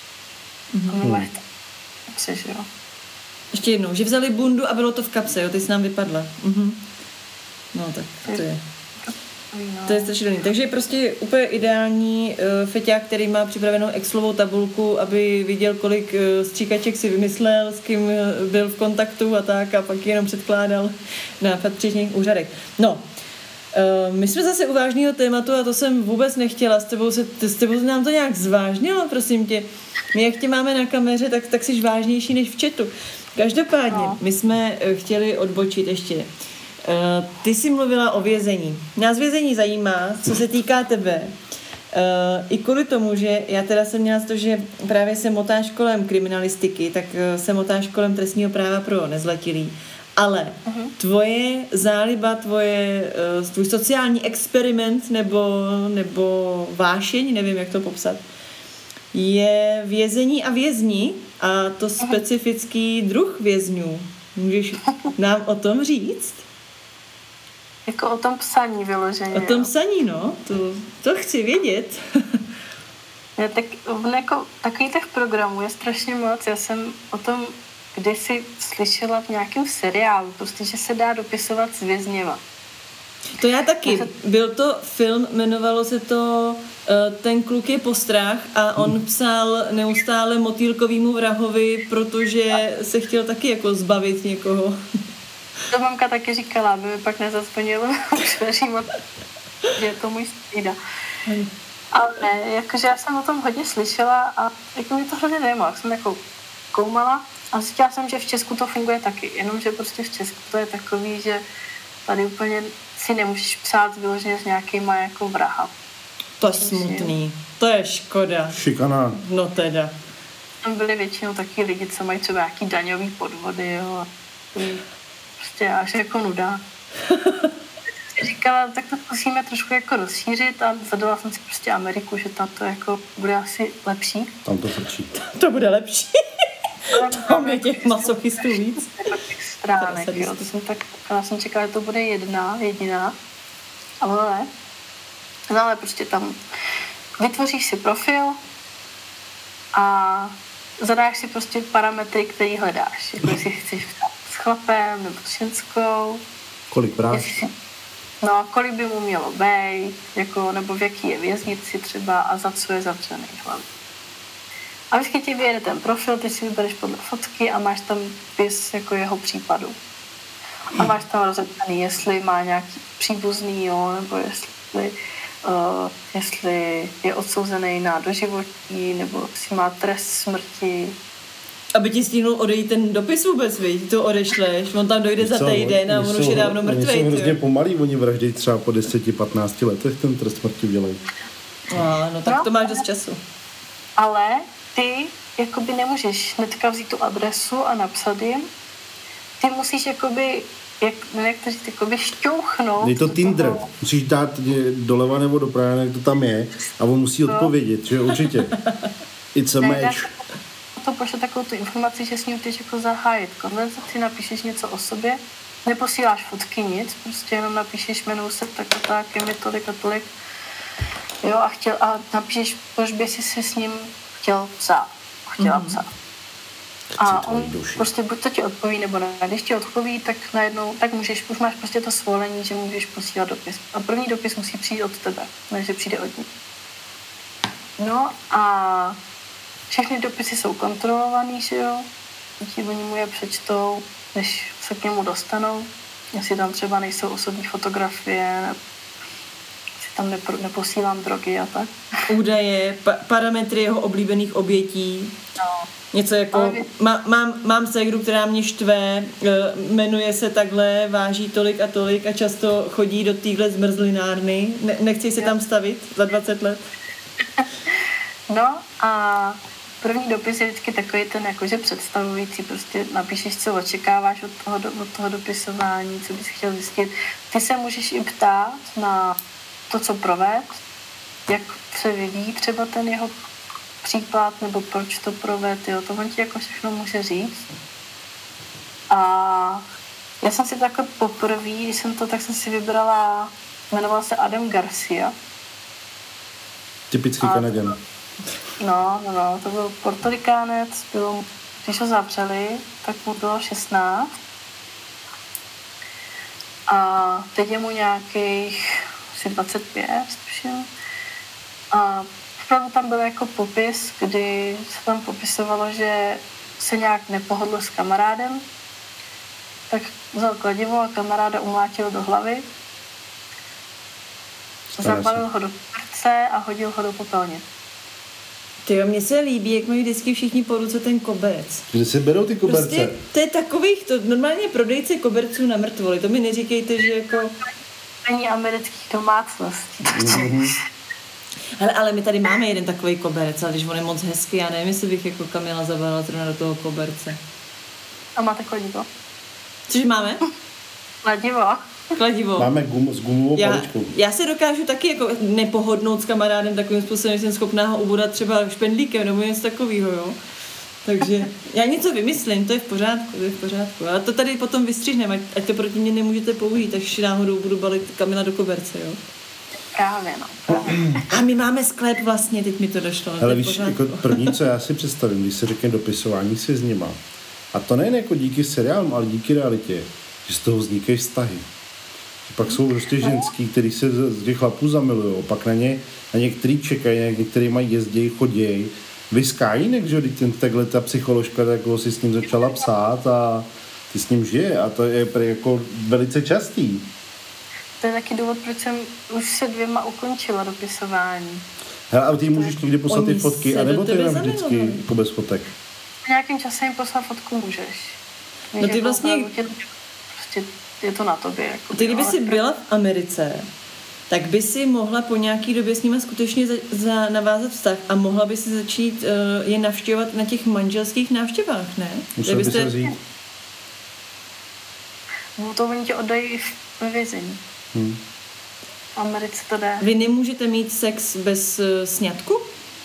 Speaker 3: a my máš to že jo.
Speaker 1: Ještě jednou, že vzali bundu a bylo to v kapse, jo, ty jsi nám vypadla. No tak to je... To je strašný. Takže prostě úplně ideální feťák, který má připravenou Excelovou tabulku, aby viděl, kolik stříkaček si vymyslel, s kým byl v kontaktu a tak, a pak jenom předkládal na patřičných úřadech. No, my jsme zase u vážného tématu a to jsem vůbec nechtěla. S tebou nám to nějak zvážnilo, prosím tě. My jak tě máme na kameře, tak jsi vážnější než v chatu. Každopádně, my jsme chtěli odbočit ještě. Ty jsi mluvila o vězení. Nás vězení zajímá, co se týká tebe. I kvůli tomu, že já teda jsem měla to, že právě se motáš kolem kriminalistiky, tak se motáš kolem trestního práva pro nezletilý. Ale tvoje záliba, tvůj sociální experiment nebo vášeň, nevím, jak to popsat, je vězení a vězni a to specifický druh vězňů. Můžeš nám o tom říct?
Speaker 3: Jako o tom psaní vyloženě.
Speaker 1: O tom psaní, no. To chci vědět.
Speaker 3: Já tak jako, takových těch programů je strašně moc. Já jsem o tom kdysi slyšela v nějakém seriálu, prostě, že se dá dopisovat s vězněma.
Speaker 1: To já taky. Byl to film, jmenovalo se to Ten kluk je postrach a on psal neustále motýlkovýmu vrahovi, protože se chtěl taky jako zbavit někoho.
Speaker 3: To mamka taky říkala, aby mi pak nezazvonilo už moc, že je to můj střída. Ale ne, jakože já jsem o tom hodně slyšela a jako mi to hrozně zajímalo. Jak jsem jako koumala a zjistila jsem, že v Česku to funguje taky, jenomže prostě v Česku to je takový, že tady úplně si nemůžeš psát vyloženě s nějakýma jako vraha.
Speaker 1: To je smutný, to je škoda.
Speaker 2: Šikana.
Speaker 1: No teda.
Speaker 3: Tam byli většinou taky lidi, co mají třeba nějaký daňový podvody, jo, a prostě až jako nuda. Říkala, tak to zkusíme trošku jako rozšířit a zadala jsem si prostě Ameriku, že tam to jako bude asi lepší.
Speaker 2: Tam to frčí.
Speaker 1: To bude lepší. Tam je těch masochistů víc.
Speaker 3: Stránek, jo, to jsem tak, já jsem čekala, že to bude jediná, ale ne. No ale prostě tam vytvoříš si profil a zadáš si prostě parametry, který hledáš. Jako jestli chceš psát s chlapem nebo s ženskou.
Speaker 2: Kolik práš?
Speaker 3: No, kolik by mu mělo být, jako, nebo v jaký je věznici třeba a za co je zavřený hlavně. A vždycky ti vyjede ten profil, ty si vybereš podle fotky a máš tam vpis jako jeho případu. A máš tam rozepsaný, jestli má nějaký příbuzný, jo, nebo jestli je odsouzený na doživotí, nebo si má trest smrti.
Speaker 1: Aby ti stihnul odejít ten dopis vůbec, viď? To odešleš, on tam dojde za týden a on už je dávno mrtvej.
Speaker 2: Oni jsou hrozně pomalí, oni vraždí třeba po 10-15 letech ten trest smrti udělají.
Speaker 1: No tak to máš dost času.
Speaker 3: Ale ty jakoby nemůžeš hnedka vzít tu adresu a napsat jim. Ty musíš jakoby, jak to říct, jakoby šťouchnout.
Speaker 2: Je to Tinder. Musíš dát doleva nebo doprava, jak to tam je a on musí odpovědět, že určitě. It's a match.
Speaker 3: To pošle takovou tu informaci, že s ním chceš jako zahájit konverzaci, napíšeš něco o sobě, neposíláš fotky, nic, prostě jenom napíšeš, jmenuji se tak, je mi tolik a tolik. Jo, a napíšeš, proč by si s ním chtěla psát. A on prostě buď to ti odpoví, nebo ne. Když ti odpoví, tak najednou, tak už máš prostě to svolení, že můžeš posílat dopis. A první dopis musí přijít od tebe, než že přijde od ní. No a všechny dopisy jsou kontrolovaný, že jo. Oni mu je přečtou, než se k němu dostanou. Jestli tam třeba nejsou osobní fotografie, tam neposílám drogy a tak.
Speaker 1: Údaje, parametry jeho oblíbených obětí.
Speaker 3: No.
Speaker 1: Něco jako, mám ségru, která mě štve, jmenuje se takhle, váží tolik a často chodí do téhle zmrzlinárny. Nechci se tam stavit za 20 let?
Speaker 3: No a první dopis je vždycky takový ten jakože představující, prostě napíšeš, co očekáváš od toho dopisování, co bys chtěl zjistit. Ty se můžeš i ptát na to, co proved, jak se vyvíjí třeba ten jeho příklad, nebo proč to proved, jo, to on ti jako všechno může říct. A já jsem si takhle poprvé, když jsem to, tak jsem si vybrala, jmenoval se Adam Garcia.
Speaker 2: Typický Kanaděn.
Speaker 3: No, to byl Portorikánec, když ho zavřeli, tak mu bylo 16. A teď je mu nějakých asi 25, tuším. A opravdu tam byl jako popis, kdy se tam popisovalo, že se nějak nepohodl s kamarádem, tak vzal kladivo a kamaráda umlátil do hlavy, zabalil ho do koberce a hodil ho do popelně.
Speaker 1: Tyjo, mně se líbí, jak mají vždycky všichni po ruce ten koberec.
Speaker 2: Kde se berou ty koberce?
Speaker 1: Prostě to je takových, to normálně prodejci koberců na mrtvoli, to mi neříkejte, že jako...
Speaker 3: Není amerických domácností.
Speaker 1: Ale my tady máme jeden takový koberec, ale když on je moc hezký, já nevím, jestli bych jako Kamila zabalila zrovna do toho koberce.
Speaker 3: A máte kladivo?
Speaker 1: Cože máme? Kladivo.
Speaker 2: Máme s gumovou paličkou.
Speaker 1: Já se dokážu taky jako nepohodnout s kamarádem takovým způsobem, že jsem schopná ho ubodat třeba špendlíkem nebo něco takového, jo. Takže já něco vymyslím, to je v pořádku. A to tady potom vystřihneme, ať to proti mě nemůžete použít, až náhodou budu balit Kamila do koberce, jo.
Speaker 3: Právě.
Speaker 1: A my máme sklep vlastně, teď mi to došlo.
Speaker 2: Ale víš, jako první, co já si představím, když se řekne dopisování si s nima, a to nejen jako díky seriálům, ale díky realitě, že z toho vznikají vztahy. Pak jsou prostě ženský, který se z těch chlapů zamilujou, pak na některý čekají, některý mají jezdí, chodějí. Vyskájínek, že takhle ta psycholožka tak si s ním začala psát a ty s ním žije a to je jako velice častý.
Speaker 3: To je taky důvod, proč jsem už se 2 ukončila dopisování.
Speaker 2: Hele, a ty můžeš někdy poslat ty fotky, anebo ty jenom vždycky jako bez fotek?
Speaker 3: V nějakém čase jim poslat fotku můžeš.
Speaker 1: No ty vlastně...
Speaker 3: Prostě je to na tobě. Jako
Speaker 1: ty kdyby jsi byla v Americe, tak by si mohla po nějaký době s nimi skutečně navázat vztah a mohla by si začít je navštěvovat na těch manželských návštěvách, ne?
Speaker 2: Musel by se vzít.
Speaker 3: No to oni tě oddají ve vězení. V Americe to jde.
Speaker 1: Vy nemůžete mít sex bez sňatku?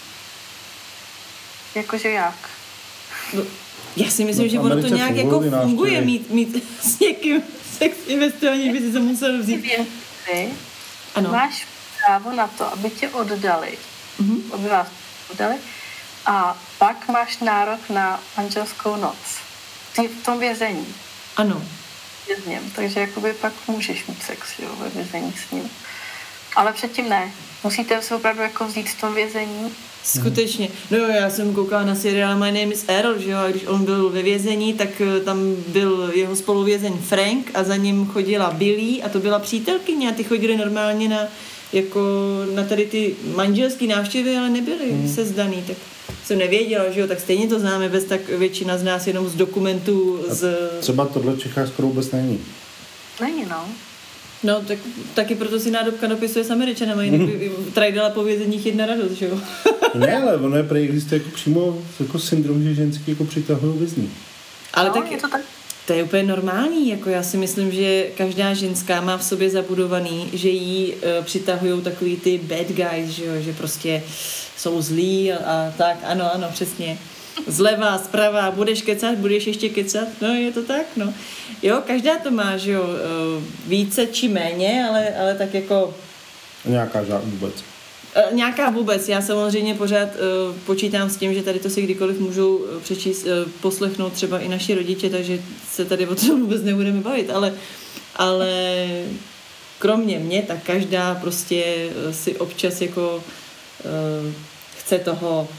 Speaker 3: Jakože jak?
Speaker 1: No, já si myslím, že ono to nějak jako funguje mít s někým sex investování, by si to musel vzít.
Speaker 3: Ano. Máš právo na to, aby tě oddali. Aby vás oddali. A pak máš nárok na manželskou noc. Ty v tom vězení.
Speaker 1: Ano.
Speaker 3: Vězněm. Takže jakoby pak můžeš mít sex, jo, ve vězení s ním. Ale předtím ne. Musíte se opravdu jako vzít v tom vězení.
Speaker 1: Skutečně. No jo, já jsem koukala na seriál My Name is Earl, že jo, a když on byl ve vězení, tak tam byl jeho spoluvězeň Frank a za ním chodila Billy a to byla přítelkyně a ty chodili normálně na tady ty manželské návštěvy, ale nebyly sezdaný, tak jsem nevěděla, že jo, tak stejně to známe, bez tak většina z nás jenom z dokumentů
Speaker 2: Třeba tohle v Čechách skoro vůbec není.
Speaker 3: Není, no.
Speaker 1: No, taky proto si nádobka dopisuje s Američanama, jinak by trajdala po vězeních jedna radost, že jo?
Speaker 2: Ne, ale ono je existuje jako přímo jako syndrom, že ženský jako přitahují vězní.
Speaker 1: Ale
Speaker 3: no,
Speaker 1: tak, to je úplně normální, jako já si myslím, že každá ženská má v sobě zabudovaný, že jí přitahují takový ty bad guys, že jo, že prostě jsou zlí a tak, ano, přesně. Zleva, zprava, budeš kecat, budeš ještě kecat, no je to tak, no. Jo, každá to má, že jo, více či méně, ale tak jako...
Speaker 2: Nějaká vůbec.
Speaker 1: Nějaká vůbec, já samozřejmě pořád počítám s tím, že tady to si kdykoliv můžou přečíst, poslechnout třeba i naši rodiče, takže se tady o tom vůbec nebudeme bavit, ale kromě mě, tak každá prostě si občas jako chce toho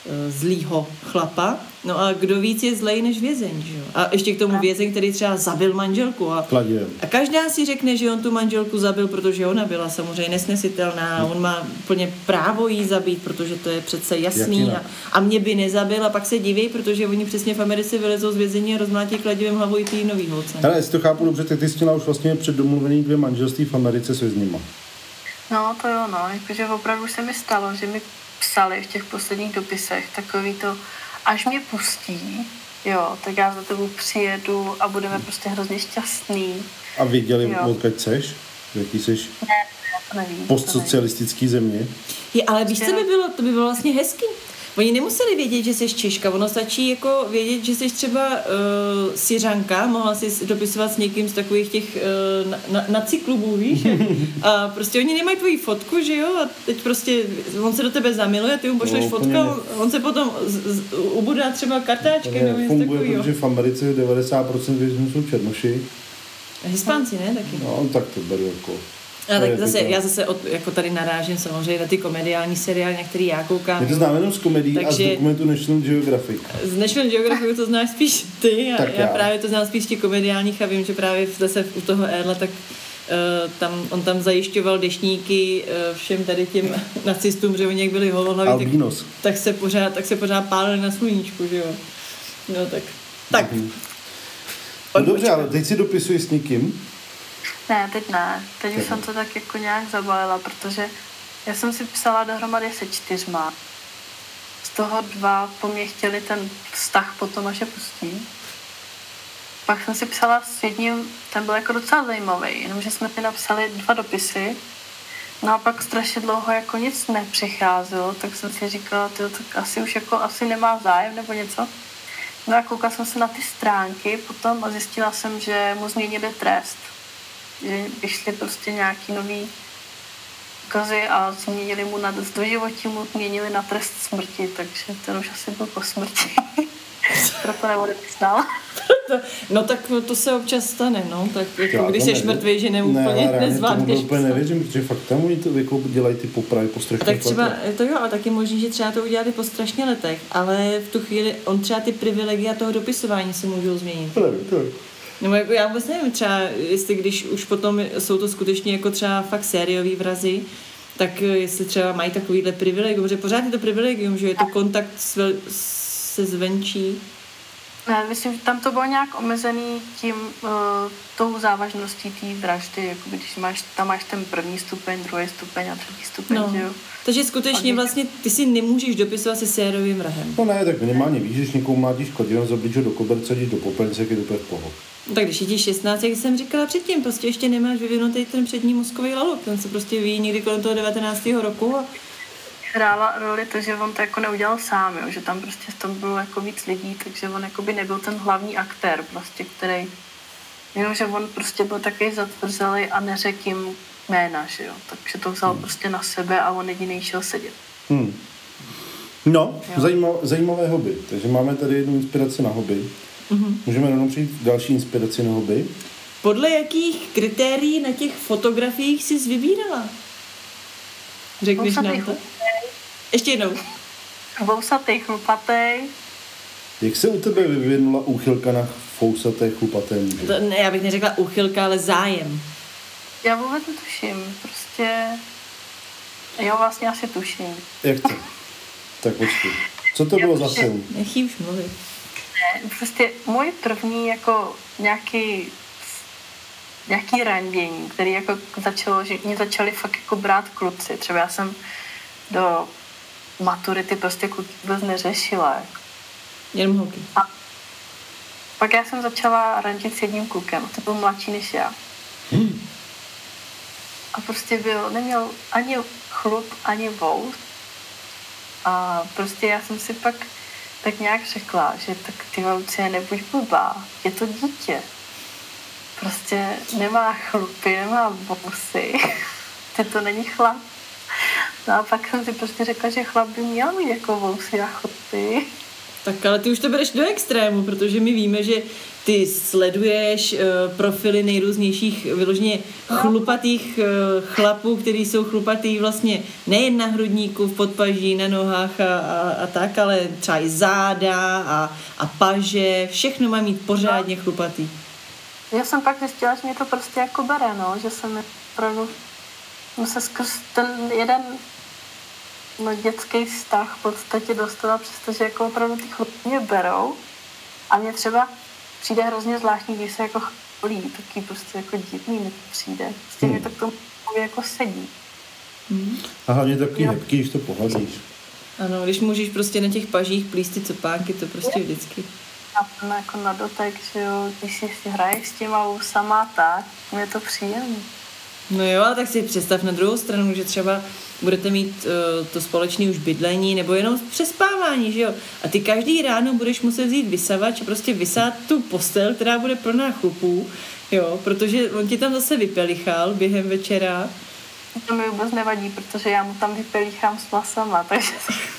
Speaker 1: zlýho chlapa. No a kdo víc je zlej než vězeň, že jo? A ještě k tomu vězeň, který třeba zabil manželku. A každá si řekne, že on tu manželku zabil, protože ona byla samozřejmě nesnesitelná a on má plně právo jí zabít, protože to je přece jasný. A mě by nezabil a pak se diví, protože oni přesně v Americe vylezou z vězení a rozmlátí kladivem hlavou i tý nový holce.
Speaker 2: Ale jestli to chápu dobře, ty jsi měla už vlastně předdomluvený 2 manželství v Americe s vězněma.
Speaker 3: No to jo, no, jakože opravdu se mi stalo, že mi psali v těch posledních dopisech takový to, až mě pustí, jo, tak já za tebou přijedu a budeme prostě hrozně šťastný.
Speaker 2: A věděli, odkud seš? Jaký seš?
Speaker 3: Ne, já to nevím.
Speaker 2: Postsocialistický země?
Speaker 1: Ale víš, co by bylo? To by bylo vlastně hezky. Oni nemuseli vědět, že jsi Češka, ono stačí jako vědět, že jsi třeba Syřanka, mohla si dopisovat s někým z takových těch naciklubů, víš? A prostě oni nemají tvoji fotku, že jo? A teď prostě on se do tebe zamiluje, ty mu pošleš fotku, on se potom ubudá třeba kartáčky nebo něco takového.
Speaker 2: Protože v Americe 90% vězňů jsou černoši.
Speaker 1: Hispánci, ne? Taky.
Speaker 2: No, tak to beru jako...
Speaker 1: A tak zase, já zase jako tady narážím samozřejmě na ty komediální seriály, na který já koukám.
Speaker 2: My to známe jenom z komedií a z dokumentu National Geographic.
Speaker 1: Z National Geographic to znáš spíš ty a já právě to znám spíš těch komediálních a vím, že právě zase u toho Erla, tak on tam zajišťoval deštníky všem tady těm nacistům, že oni jak byli holohlaví, tak se pořád pálili na sluníčku, že jo. No tak.
Speaker 2: No dobře, ale teď si dopisuješ s někým?
Speaker 3: Ne, teď ne. Teď už jsem to tak jako nějak zabalila, protože já jsem si psala dohromady se 4. Z toho 2 po mně chtěli ten vztah potom, až je pustí. Pak jsem si psala s jedním, ten byl jako docela zajímavý, jenomže jsme si napsali 2 dopisy. No a pak strašně dlouho jako nic nepřicházelo, tak jsem si říkala, tak asi nemá zájem nebo něco. No a koukala jsem se na ty stránky potom a zjistila jsem, že mu změnili trest. Že vyšly prostě nějaký nový ukazy a změnili mu na doživotí, mu změnili na trest smrti, takže ten už asi byl po smrti. Proto neodepsal.
Speaker 1: No tak to se občas stane, no. Tak jako, když jsi mrtvý, že neúplně nezvládneš.
Speaker 2: Ne, úplně nevěřím, protože fakt tam oni to jako dělají ty popravy po strašných
Speaker 1: letech. Tak třeba, to jo, a taky možný, že třeba to udělali po strašně letech, ale v tu chvíli on třeba ty privilegia toho dopisování se můžou změnit. Nebo jako já vůbec nevím, třeba jestli když už potom jsou to skutečně jako třeba fakt sériový vrazy, tak jestli třeba mají takovýhle privilegium, protože pořád je to privilegium, že je to kontakt se zvenčí.
Speaker 3: Ne, myslím, že tam to bylo nějak omezený tím, tou závažností té vraždy, jako když tam máš ten 1. stupeň, 2. stupeň a 3. stupeň, že jo.
Speaker 1: Takže skutečně vlastně ty si nemůžeš dopisovat se sériovým vrahem.
Speaker 2: No ne, tak minimálně víš, že někomu mlátíš kladivem, zablíč ho do koberce, jdeš do popelce, je to v pohodu.
Speaker 1: Tak když je ti 16, jak jsem říkala předtím, prostě ještě nemáš vyvinutý ten přední mozkový lalok, ten se prostě vyvíjí někdy kolem toho 19. roku. A...
Speaker 3: Hrála roli to, že on to jako neudělal sám, jo? Že tam prostě v tom bylo jako víc lidí, takže on jako by nebyl ten hlavní aktér, prostě, který, že on prostě byl takový zatvrzelý a neřekl jim jména, že jo, takže to vzal prostě na sebe a on jediný šel sedět.
Speaker 2: No, zajímavé hobby, takže máme tady jednu inspiraci na hobby. Můžeme rovnou přijít k další inspiraci na hobby.
Speaker 1: Podle jakých kritérií na těch fotografiích jsi vybírala? Řekneš nám to? Ještě jednou.
Speaker 3: Vousatej, chlupatej.
Speaker 2: Jak se u tebe vyvinula úchylka na fousaté, chlupaté muže?
Speaker 1: Ne, já bych neřekla úchylka, ale zájem.
Speaker 3: Já vůbec netuším, prostě... Jo, vlastně asi tuším.
Speaker 2: Jak to? Tak počkej. Co to bylo za film?
Speaker 1: Nechý už mluvit.
Speaker 3: Ne, prostě můj první jako nějaký randění, který jako začalo, že mě začali fakt jako brát kluci. Třeba já jsem do maturity prostě kluci vůbec neřešila. Jenom
Speaker 1: holky.
Speaker 3: A pak já jsem začala randit s jedním klukem, to byl mladší než já. A prostě neměl ani chlup, ani vous. A prostě já jsem si pak tak nějak řekla, že tak ty Lucie, nebuď blbá, je to dítě. Prostě nemá chlupy, nemá vousy, to není chlap. No a pak jsem si prostě řekla, že chlap by měl mít jako vousy a chlupy.
Speaker 1: Tak ale ty už to bereš do extrému, protože my víme, že ty sleduješ profily nejrůznějších vyloženě chlupatých chlapů, kteří jsou chlupatý vlastně nejen na hrudníku, v podpaží, na nohách a tak, ale třeba i záda a paže, všechno má mít pořádně chlupatý.
Speaker 3: Já jsem pak zjistila, že mě to prostě jako bere, no, že jsem opravdu se skrz ten jeden dětský vztah v podstatě dostala, přestože jako opravdu ty chlapy mě berou a mě třeba přijde hrozně zvláštní, když se jako chlí, taky prostě jako divný mi přijde. S tím to k tomu jako sedí.
Speaker 2: A hlavně taky hebký, když to pohladíš.
Speaker 1: Ano, když můžeš prostě na těch pažích plíst ty copánky, to prostě vždycky.
Speaker 3: A jako na dotek, že jo, když si hraješ s těma vousama, tak mě to příjemný.
Speaker 1: No jo, ale tak si představ na druhou stranu, že třeba budete mít to společné už bydlení nebo jenom přespávání, že jo? A ty každý ráno budeš muset vzít vysavač a prostě vysát tu postel, která bude plná chlupů, jo? Protože on ti tam zase vypelichal během večera.
Speaker 3: To mi vůbec nevadí, protože já mu tam vypelichám s masama, takže...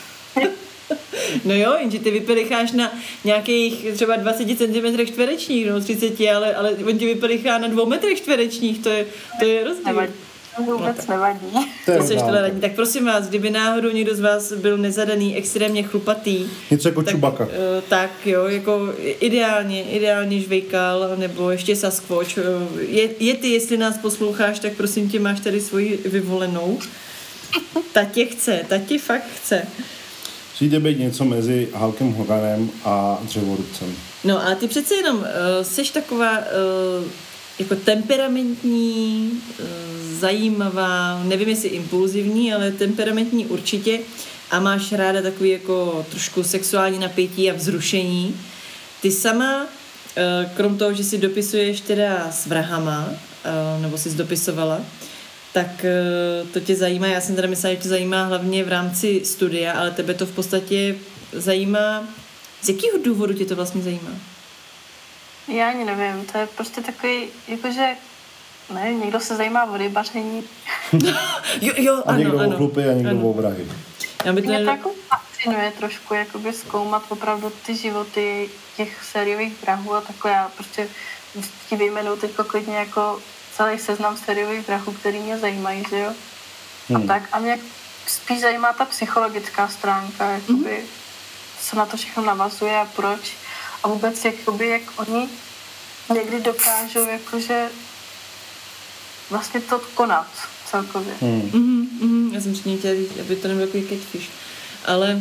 Speaker 1: No jo, jenže ty vypelicháš na nějakých třeba 20 cm čtverečních, no 30, ale on ti vypelichá na 2 metrech čtverečních, to je rozdíl.
Speaker 3: Nevadí. Vůbec nevadí.
Speaker 1: To seš tolerantní. Tak prosím vás, kdyby náhodou někdo z vás byl nezadaný, extrémně chlupatý,
Speaker 2: něco jako Chewbacca.
Speaker 1: Tak jo, jako ideálně žvejkal, nebo ještě Sasquatch. Je ty, jestli nás posloucháš, tak prosím tě, máš tady svoji vyvolenou. Ta tě fakt chce.
Speaker 2: Přijde být něco mezi Hulkem Hoganem a dřevorubcem.
Speaker 1: No a ty přece jenom seš taková jako temperamentní, zajímavá, nevím jestli impulzivní, ale temperamentní určitě a máš ráda takový jako trošku sexuální napětí a vzrušení. Ty sama, krom toho, že si dopisuješ teda s vrahama, nebo jsi dopisovala, tak to tě zajímá, já jsem teda myslela, že tě zajímá hlavně v rámci studia, ale tebe to v podstatě zajímá, z jakého důvodu tě to vlastně zajímá?
Speaker 3: Já ani nevím, to je prostě takový, jakože, ne, někdo se zajímá o rybaření.
Speaker 1: jo,
Speaker 2: a někdo
Speaker 1: ano.
Speaker 2: o chlupy a někdo o vrahy.
Speaker 3: Mě to jako fascinuje trošku, jakoby zkoumat opravdu ty životy těch sériových vrahů a takhle. Já prostě ti vyjmenuji teďko klidně jako celý seznam sériových vrahů, který mě zajímají, že jo? A tak, a mě spíš zajímá ta psychologická stránka, jakoby, co na to všechno navazuje a proč. A vůbec, jakoby, jak oni někdy dokážou, jakože vlastně to konat celkově.
Speaker 1: Já jsem před ní chtěla říct, aby to nebylo takový catfish. Ale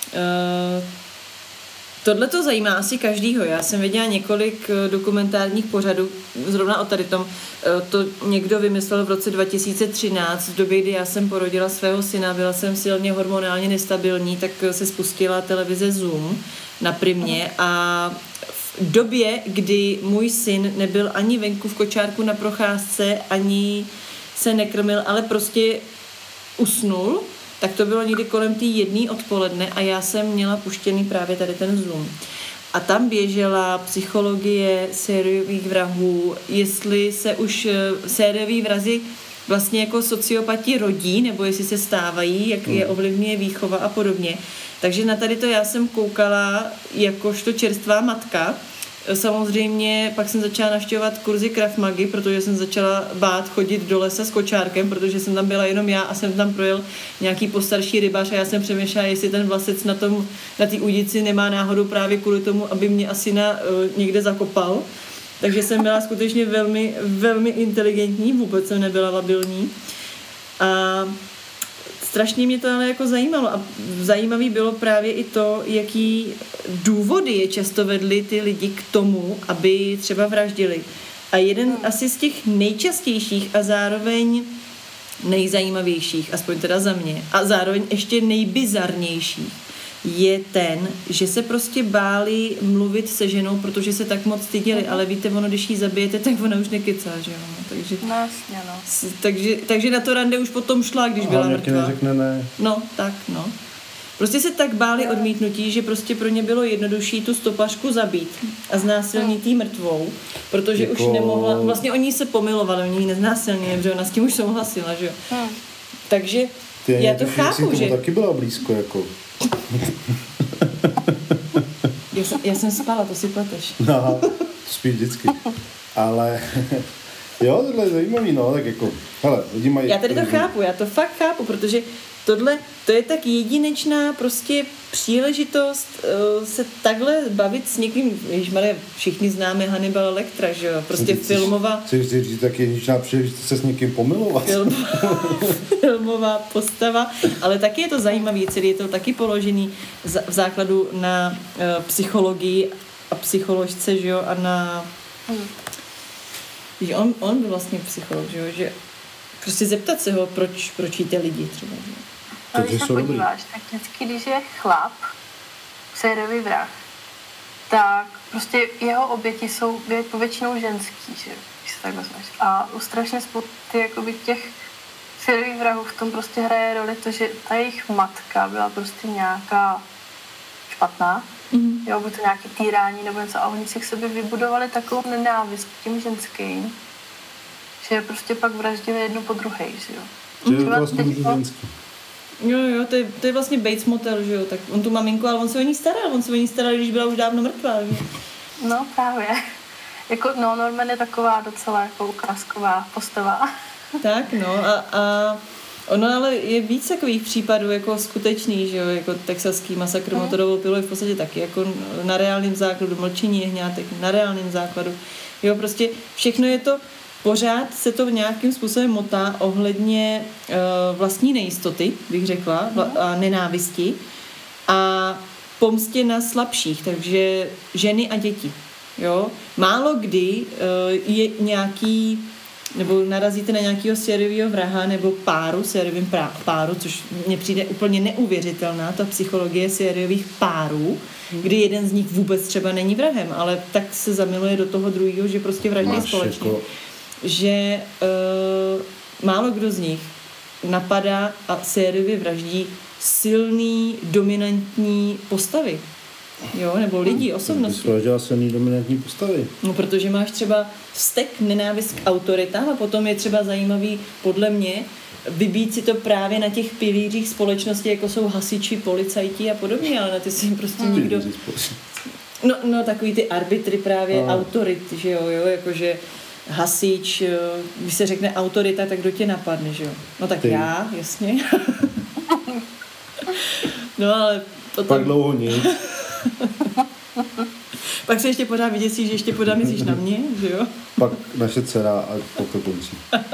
Speaker 1: tohle to zajímá asi každýho. Já jsem viděla několik dokumentárních pořadů, zrovna o tady tom. To někdo vymyslel v roce 2013, v době, kdy já jsem porodila svého syna, byla jsem silně hormonálně nestabilní, tak se spustila televize Zoom na Primě a v době, kdy můj syn nebyl ani venku v kočárku na procházce, ani se nekrmil, ale prostě usnul, tak to bylo někdy kolem té 1 odpoledne a já jsem měla puštěný právě tady ten Zoom. A tam běžela psychologie sériových vrahů, jestli se už sérioví vrazi vlastně jako sociopati rodí, nebo jestli se stávají, jak je ovlivňuje výchova a podobně. Takže na tady to já jsem koukala jakožto čerstvá matka. Samozřejmě pak jsem začala navštěvovat kurzy Krav Magy, protože jsem začala bát chodit do lesa s kočárkem, protože jsem tam byla jenom já a jsem tam projel nějaký postarší rybař a já jsem přemýšlela, jestli ten vlasec na té udici nemá náhodou právě kvůli tomu, aby mě asi někde zakopal. Takže jsem byla skutečně velmi, velmi inteligentní, vůbec jsem nebyla labilní. A strašně mě to ale jako zajímalo a zajímavý bylo právě i to, jaký důvody je často vedly ty lidi k tomu, aby třeba vraždili. A jeden asi z těch nejčastějších a zároveň nejzajímavějších, aspoň teda za mě, a zároveň ještě nejbizarnějších, je ten, že se prostě báli mluvit se ženou, protože se tak moc styděli, ale víte, ono, když jí zabijete, tak ona už nekecá, že jo, takže...
Speaker 3: No jasně, no.
Speaker 1: Takže na to rande už potom šla, když byla mrtvá.
Speaker 2: Neřekne ne.
Speaker 1: No, tak, no. Prostě se tak báli odmítnutí, že prostě pro ně bylo jednodušší tu stopařku zabít a znásilnit jí mrtvou, protože už nemohla, vlastně oni se pomilovali, oni ji neznásilnili, protože ona s tím už souhlasila, že jo. Takže já to chápu, že...
Speaker 2: Taky byla blízko, jako.
Speaker 1: Já jsem spala, to si pleteš.
Speaker 2: No, spíš vždycky. Ale jo, tohle je zajímavý, no, tak jako, hele, lidi mají...
Speaker 1: Já tady to chápu, já to fakt chápu, protože tohle, to je tak jedinečná prostě příležitost se takhle bavit s někým, ježišmarja, všichni známe Hannibala Lectera, že jo, prostě filmová...
Speaker 2: Chceš říct, tak jedinečná příležitost se s někým pomilovat.
Speaker 1: Filmová postava, ale taky je to zajímavý, celý je to taky položený v základu na psychologii a psycholožce, že jo, a na... Že on byl vlastně psycholog, že jo, že prostě zeptat se ho, proč jíte lidi třeba, že jo.
Speaker 3: A když se podíváš, tak vždycky, když je chlap, sériový vrah, tak prostě jeho oběti jsou povětšinou ženský, že když se tak vezmeš. A u strašně spousty jakoby těch sériových vrahů v tom prostě hraje roli to, že ta jejich matka byla prostě nějaká špatná, jo, by to nějaké týrání nebo něco, a oni si k sobě vybudovali takovou nenávist k těm ženským, že prostě pak vraždili jednu po druhé, že jo.
Speaker 2: To je vlastně ženský.
Speaker 1: Jo, to je vlastně Bates Motel, že jo, tak on tu maminku, ale on se o ní staral, když byla už dávno mrtvá, že?
Speaker 3: No právě. Jako, no, Norman je taková docela jako ukázková postava.
Speaker 1: Tak, no, a ono ale je víc takových případů jako skutečný, že jo, jako texaský masakr motorovou pilou je v podstatě taky jako na reálném základu, Mlčení jehňátek na reálném základu. Jo, prostě všechno je to, pořád se to nějakým způsobem motá ohledně vlastní nejistoty, bych řekla, a nenávisti a pomstě na slabších, takže ženy a děti. Jo? Málo kdy je nějaký, nebo narazíte na nějakého sériového vraha nebo sériovým páru, což mně přijde úplně neuvěřitelná, ta psychologie sériových párů, kdy jeden z nich vůbec třeba není vrahem, ale tak se zamiluje do toho druhého, že prostě vraždí společně. Jako... Že málo kdo z nich napadá a sériově vraždí silný, dominantní postavy. Jo, nebo lidi, osobnosti.
Speaker 2: Ty jsi silný, dominantní postavy.
Speaker 1: No, protože máš třeba vztek, nenávist k autoritám a potom je třeba zajímavý, podle mě, vybít si to právě na těch pilířích společnosti, jako jsou hasiči, policajti a podobně, ale na ty si prostě nikdo... No, takový ty arbitry právě, autority, že jo, jakože hasič, když se řekne autorita, tak kdo tě napadne, že jo? No tak ty. Já, jasně. No ale potom...
Speaker 2: Pak dlouho nic.
Speaker 1: Pak se ještě pořád vyděsí, že ještě pořád myslíš na mě, že jo?
Speaker 2: Pak naše dcera a pak to končí.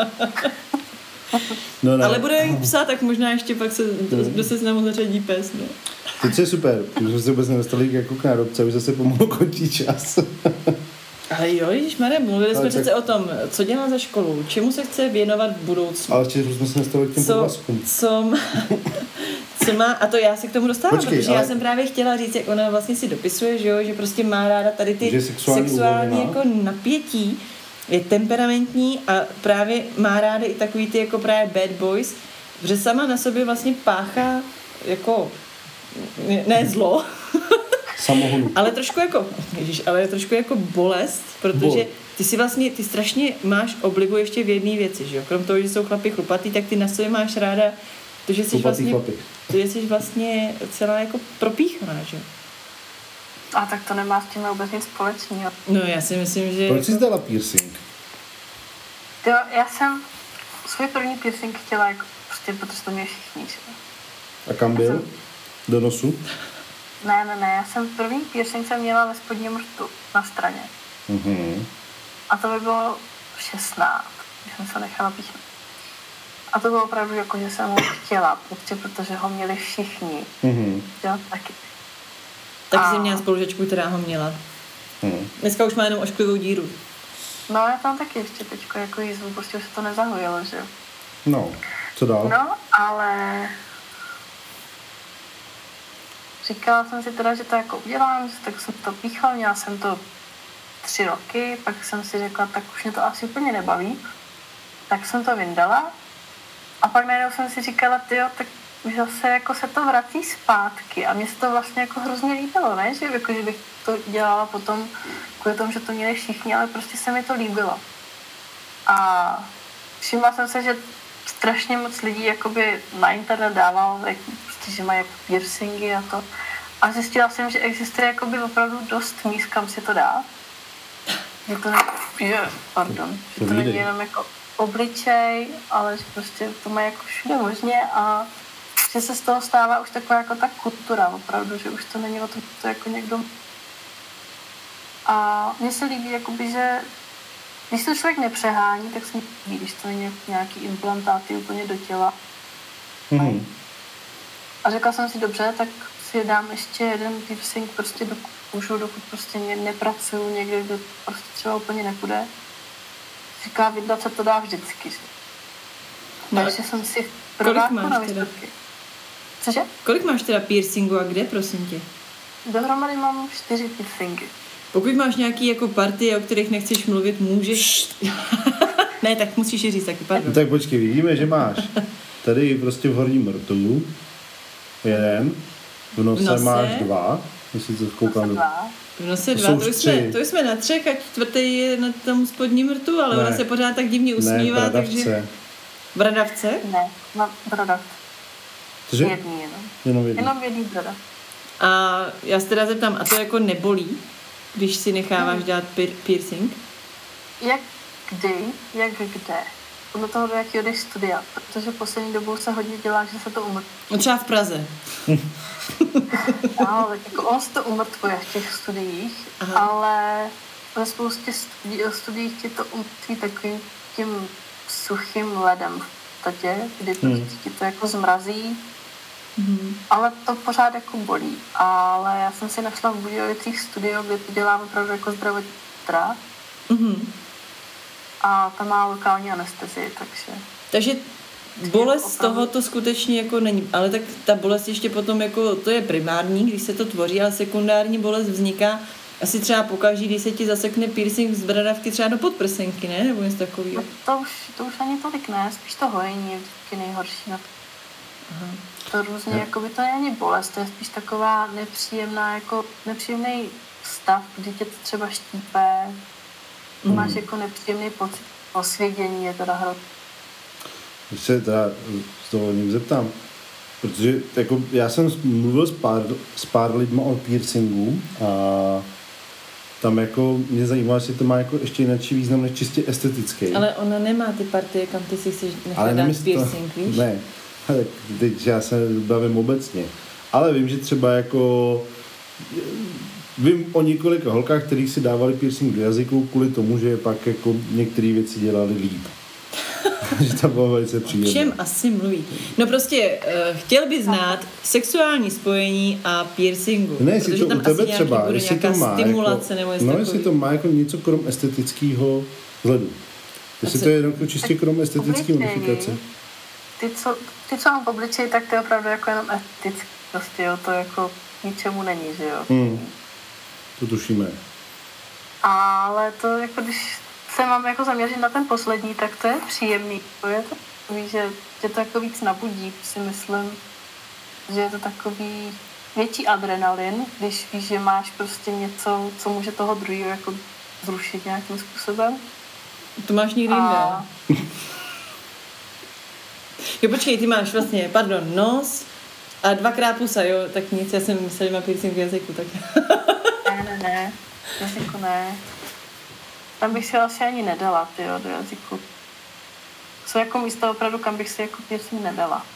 Speaker 1: No, ale budeme jich psát, tak možná ještě pak kdo se s námi zařadí pes, no.
Speaker 2: Teď je super, protože jsme se vůbec nedostali jako k nárobce, už zase pomalu končí čas.
Speaker 1: Ale jo, ježišmarja, mluvili jsme přece o tom, co dělá za školu, čemu se chce věnovat v budoucnu.
Speaker 2: Ale ještě jsme se nestali k těm podvazkům.
Speaker 1: Co má, a to já se k tomu dostávám, protože já jsem právě chtěla říct, jak ona vlastně si dopisuje, že prostě má ráda tady ty sexuální jako napětí, je temperamentní a právě má ráda i takový ty jako právě bad boys, že sama na sobě vlastně páchá jako, ne zlo,
Speaker 2: samohonu.
Speaker 1: ale trošku jako bolest, protože ty strašně máš oblibu ještě v jedné věci, že jo? Krom toho, že jsou chlapi chlupatý, tak ty na sobě máš ráda to, že jsi vlastně celá jako propíchaná, že jo?
Speaker 3: A tak to nemá s tím vůbec nic společného.
Speaker 1: No já si myslím, že...
Speaker 2: Proč jsi dala piercing?
Speaker 3: Jo, já jsem svůj první piercing chtěla jako prostě, protože to mě všichni, že?
Speaker 2: A kam byl? Do nosu?
Speaker 3: Ne, já jsem první piercing jsem měla ve spodním rtu na straně. A to by bylo 16, když jsem se nechala píchnout. A to bylo opravdu jako, že jsem ho chtěla, protože ho měli všichni. Jo, taky.
Speaker 1: Taky jsem měla spolužačku, která ho měla. Dneska už má jenom ošklivou díru.
Speaker 3: No, já tam taky ještě teďko jako jízvu, prostě už se to nezahojilo, že jo.
Speaker 2: No, co dál?
Speaker 3: No, ale... Říkala jsem si teda, že to jako udělám, tak jsem to píchala, měla jsem to 3 roky, pak jsem si řekla, tak už mě to asi úplně nebaví. Tak jsem to vyndala a pak najednou jsem si říkala, tyjo, tak už zase jako se to vrací zpátky a mně se to vlastně jako hrozně líbilo, ne? Že, jako, že bych to dělala potom kvůli tomu, že to měli všichni, ale prostě se mi to líbilo. A všimla jsem se, že strašně moc lidí jakoby na internet dával, prostě, že mají jako piercingy a to. A zjistila jsem, že existuje jakoby opravdu dost míst, kam si to dá. Že to, že to není jenom jako obličej, ale že prostě to má jako všude možně a že se z toho stává už taková jako ta kultura opravdu, že už to není o tom, že to jako někdo. A mně se líbí, jakoby, že když to člověk nepřehání, tak se mi líbí, když to není nějaký implantáty úplně do těla. A řekla jsem si, dobře, tak si dám ještě jeden piercing prostě do kůžu, dokud prostě nepracuju někde, kde prostě třeba úplně nepůjde. Říká, vydat se to dá vždycky. Takže jsem si prodáku na výsledky. Cože?
Speaker 1: Kolik máš teda piercingu a kde, prosím tě?
Speaker 3: Dohromady mám 4 piercingy.
Speaker 1: Pokud máš nějaký jako partie, o kterých nechceš mluvit, můžeš... Ne, tak musíš je říct taky, pardon.
Speaker 2: Tak počkej, vidíme, že máš tady prostě v horním rtu jeden, v nose máš 2, jestli to koukám.
Speaker 1: V nose 2, to jsme na 3 a 4. je na tom spodním rtu, ale ona se pořád tak divně usmívá,
Speaker 2: ne, bradavce.
Speaker 1: Takže... Bradavce?
Speaker 3: Ne, mám bradavce. Jedný jenom jedný bradav.
Speaker 1: A já se teda zeptám, a to jako nebolí, když si necháváš dělat piercing?
Speaker 3: Jak kde? Podle toho, do jakého jdeš studia, protože poslední dobou se hodně dělá, že se to umrtvuje.
Speaker 1: No třeba v Praze.
Speaker 3: No, tak jako on se to umrtvuje v těch studiích, ale ve spoustě studiích tě to umrtví takovým tím suchým ledem v podstatě, kdy prostě ti to jako zmrazí, ale to pořád jako bolí. Ale já jsem si našla v Budějovicích studio, kde to dělám opravdu jako zdravotní sestra. A ta má lokální anestezii,
Speaker 1: takže bolest z toho to skutečně jako není, ale tak ta bolest ještě potom jako, to je primární, když se to tvoří, ale sekundární bolest vzniká asi třeba pokaždý, když se ti zasekne piercing z bradavky třeba do podprsenky, ne? Nebo něco takového.
Speaker 3: To už ani tolik ne, spíš to hojení je vždycky nejhorší na to. To různě, jakoby to není bolest, to je spíš taková nepříjemný stav, kdy tě to třeba štípe, máš jako nepříjemný pocit osvědění, je teda hrozný.
Speaker 2: Když se teda z toho ním zeptám, protože jako, já jsem mluvil s pár lidma o piercingu a tam jako mě zajímalo, jestli to má jako ještě jináčí význam než čistě estetický.
Speaker 1: Ale ona nemá ty partie, kam ty si chceš nechat dát piercing, víš?
Speaker 2: Ne, ale teď já se bavím obecně. Ale vím, že třeba jako vím o několika holkách, kterých si dávali piercing do jazyku kvůli tomu, že pak jako některé věci dělali líp. Že to bylo velice příjemné.
Speaker 1: O čem asi mluví? No prostě chtěl by znát sexuální spojení a piercingu.
Speaker 2: Ne, jestli to u tebe třeba, jestli to má
Speaker 1: stimulace
Speaker 2: jako,
Speaker 1: nebo
Speaker 2: jestli to má jako něco krom estetického vzhledu. Jestli to je jako čistě krom estetické modifikace.
Speaker 3: Ty, co mám v obličeji, tak to je opravdu jako jenom estetické. Prostě jo, to jako ničemu není, že jo.
Speaker 2: To tušíme.
Speaker 3: Ale to jako když se mám jako zaměřit na ten poslední, tak to je příjemný. To je to takový, že tě to jako víc nabudí, si myslím, že je to takový větší adrenalin, když víš, že máš prostě něco, co může toho druhého jako zrušit nějakým způsobem.
Speaker 1: To máš někdy jinde. Jo, počkej, ty máš vlastně, nos a 2x pusa, jo, tak nic, já jsem myslela, že má piercing v jazyku, tak...
Speaker 3: Ne, jazyku ne. Tam bych si asi ani nedala, tyjo, do jazyku. Jsou jako místa opravdu, kam bych si jako piercing nedala.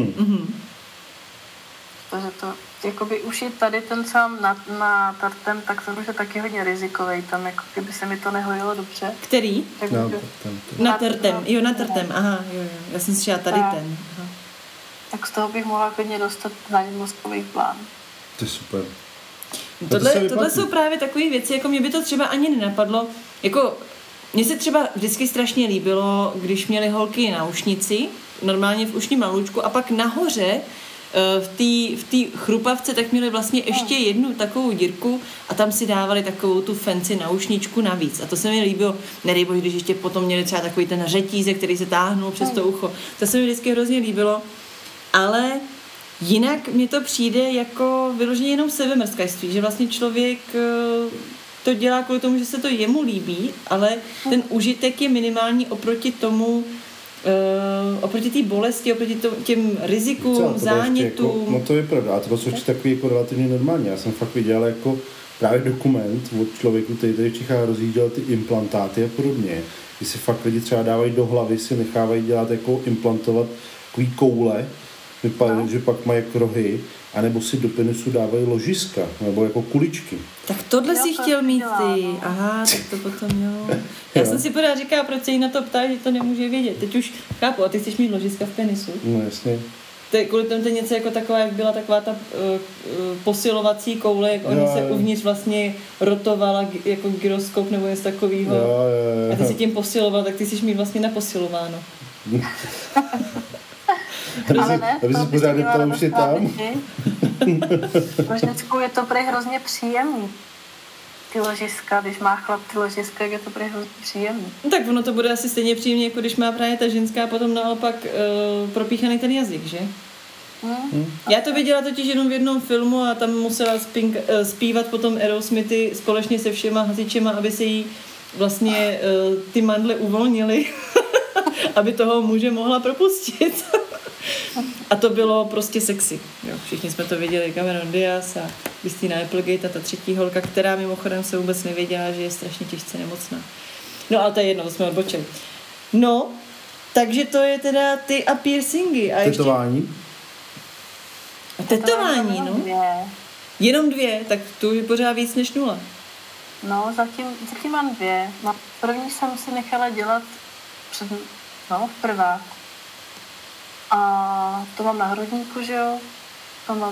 Speaker 3: Protože to, jakoby už je tady ten sám na tartem, tak jsem už je taky hodně rizikovej, tam jako kdyby se mi to nehojilo dobře.
Speaker 1: Který?
Speaker 3: Tak
Speaker 1: na tartem, jo, na tartem, aha, jo, já jsem slyšela tady ten. Aha.
Speaker 3: Tak z toho bych mohla hodně dostat na mozkový plán.
Speaker 2: To je super.
Speaker 1: Tohle jsou právě takové věci, jako mě by to třeba ani nenapadlo, jako mně se třeba vždycky strašně líbilo, když měly holky náušnici, normálně v ušním malůčku a pak nahoře v té chrupavce tak měli vlastně ještě jednu takovou dírku a tam si dávali takovou tu fancy náušničku navíc. A to se mi líbilo, nedej bože, když ještě potom měli třeba takový ten řetízek, který se táhnul přes to ucho. To se mi vždycky hrozně líbilo, ale jinak mi to přijde jako vyloženě jenom sebemrskajství, že vlastně člověk to dělá kvůli tomu, že se to jemu líbí, ale ten užitek je minimální oproti tomu, oproti té bolesti, oproti těm rizikům, zánětům.
Speaker 2: Jako, no to je pravda, a to jsou takový jako relativně normální. Já jsem fakt viděl jako právě dokument od člověku, který tady v Čechách rozjížděl ty implantáty a podobně. Když si fakt lidi třeba dávají do hlavy, si nechávají dělat jako implantovat takový koule, že pak mají rohy, anebo si do penisu dávají ložiska, nebo jako kuličky.
Speaker 1: Tak tohle si chtěl mít ty. Aha, tak to potom jo. Já jsem si pořád říkala, proč se jí na to ptá, že to nemůže vědět. Teď už chápu, a ty chceš mít ložiska v penisu?
Speaker 2: No jasně.
Speaker 1: Kvůli tomu to je něco jako taková, jak byla taková ta posilovací koule, jak oni se uvnitř vlastně rotovala jako gyroskop nebo něco takového. A ty si tím posiloval, tak ty jsi mít vlastně naposilováno.
Speaker 3: Ale ne,
Speaker 2: aby si pořád neptala, už je tam.
Speaker 3: Pro ženskou je to prý hrozně příjemný. Ty ložiska, když má chlap ty ložiska, je to prý hrozně příjemný.
Speaker 1: No tak ono to bude asi stejně příjemně, jako když má právě ta ženská potom naopak propíchaný ten jazyk, že? Já to viděla totiž jenom v jednom filmu a tam musela zpívat potom Aerosmithy společně se všema hasičema, aby se jí vlastně ty mandle uvolnily, aby toho muže mohla propustit. A to bylo prostě sexy. Jo, všichni jsme to viděli, Cameron Diaz a Christina Applegate a ta třetí holka, která mimochodem se vůbec nevěděla, že je strašně těžce nemocná. No ale to je jedno, to jsme odbočili. No, takže to je teda ty a piercingy. A
Speaker 2: tetování?
Speaker 1: A tetování, no. Jenom 2, tak tu je pořád víc než 0.
Speaker 3: No, zatím mám 2. No, první jsem si nechala dělat v prváku. A to mám na hrudníku, že jo? To mám...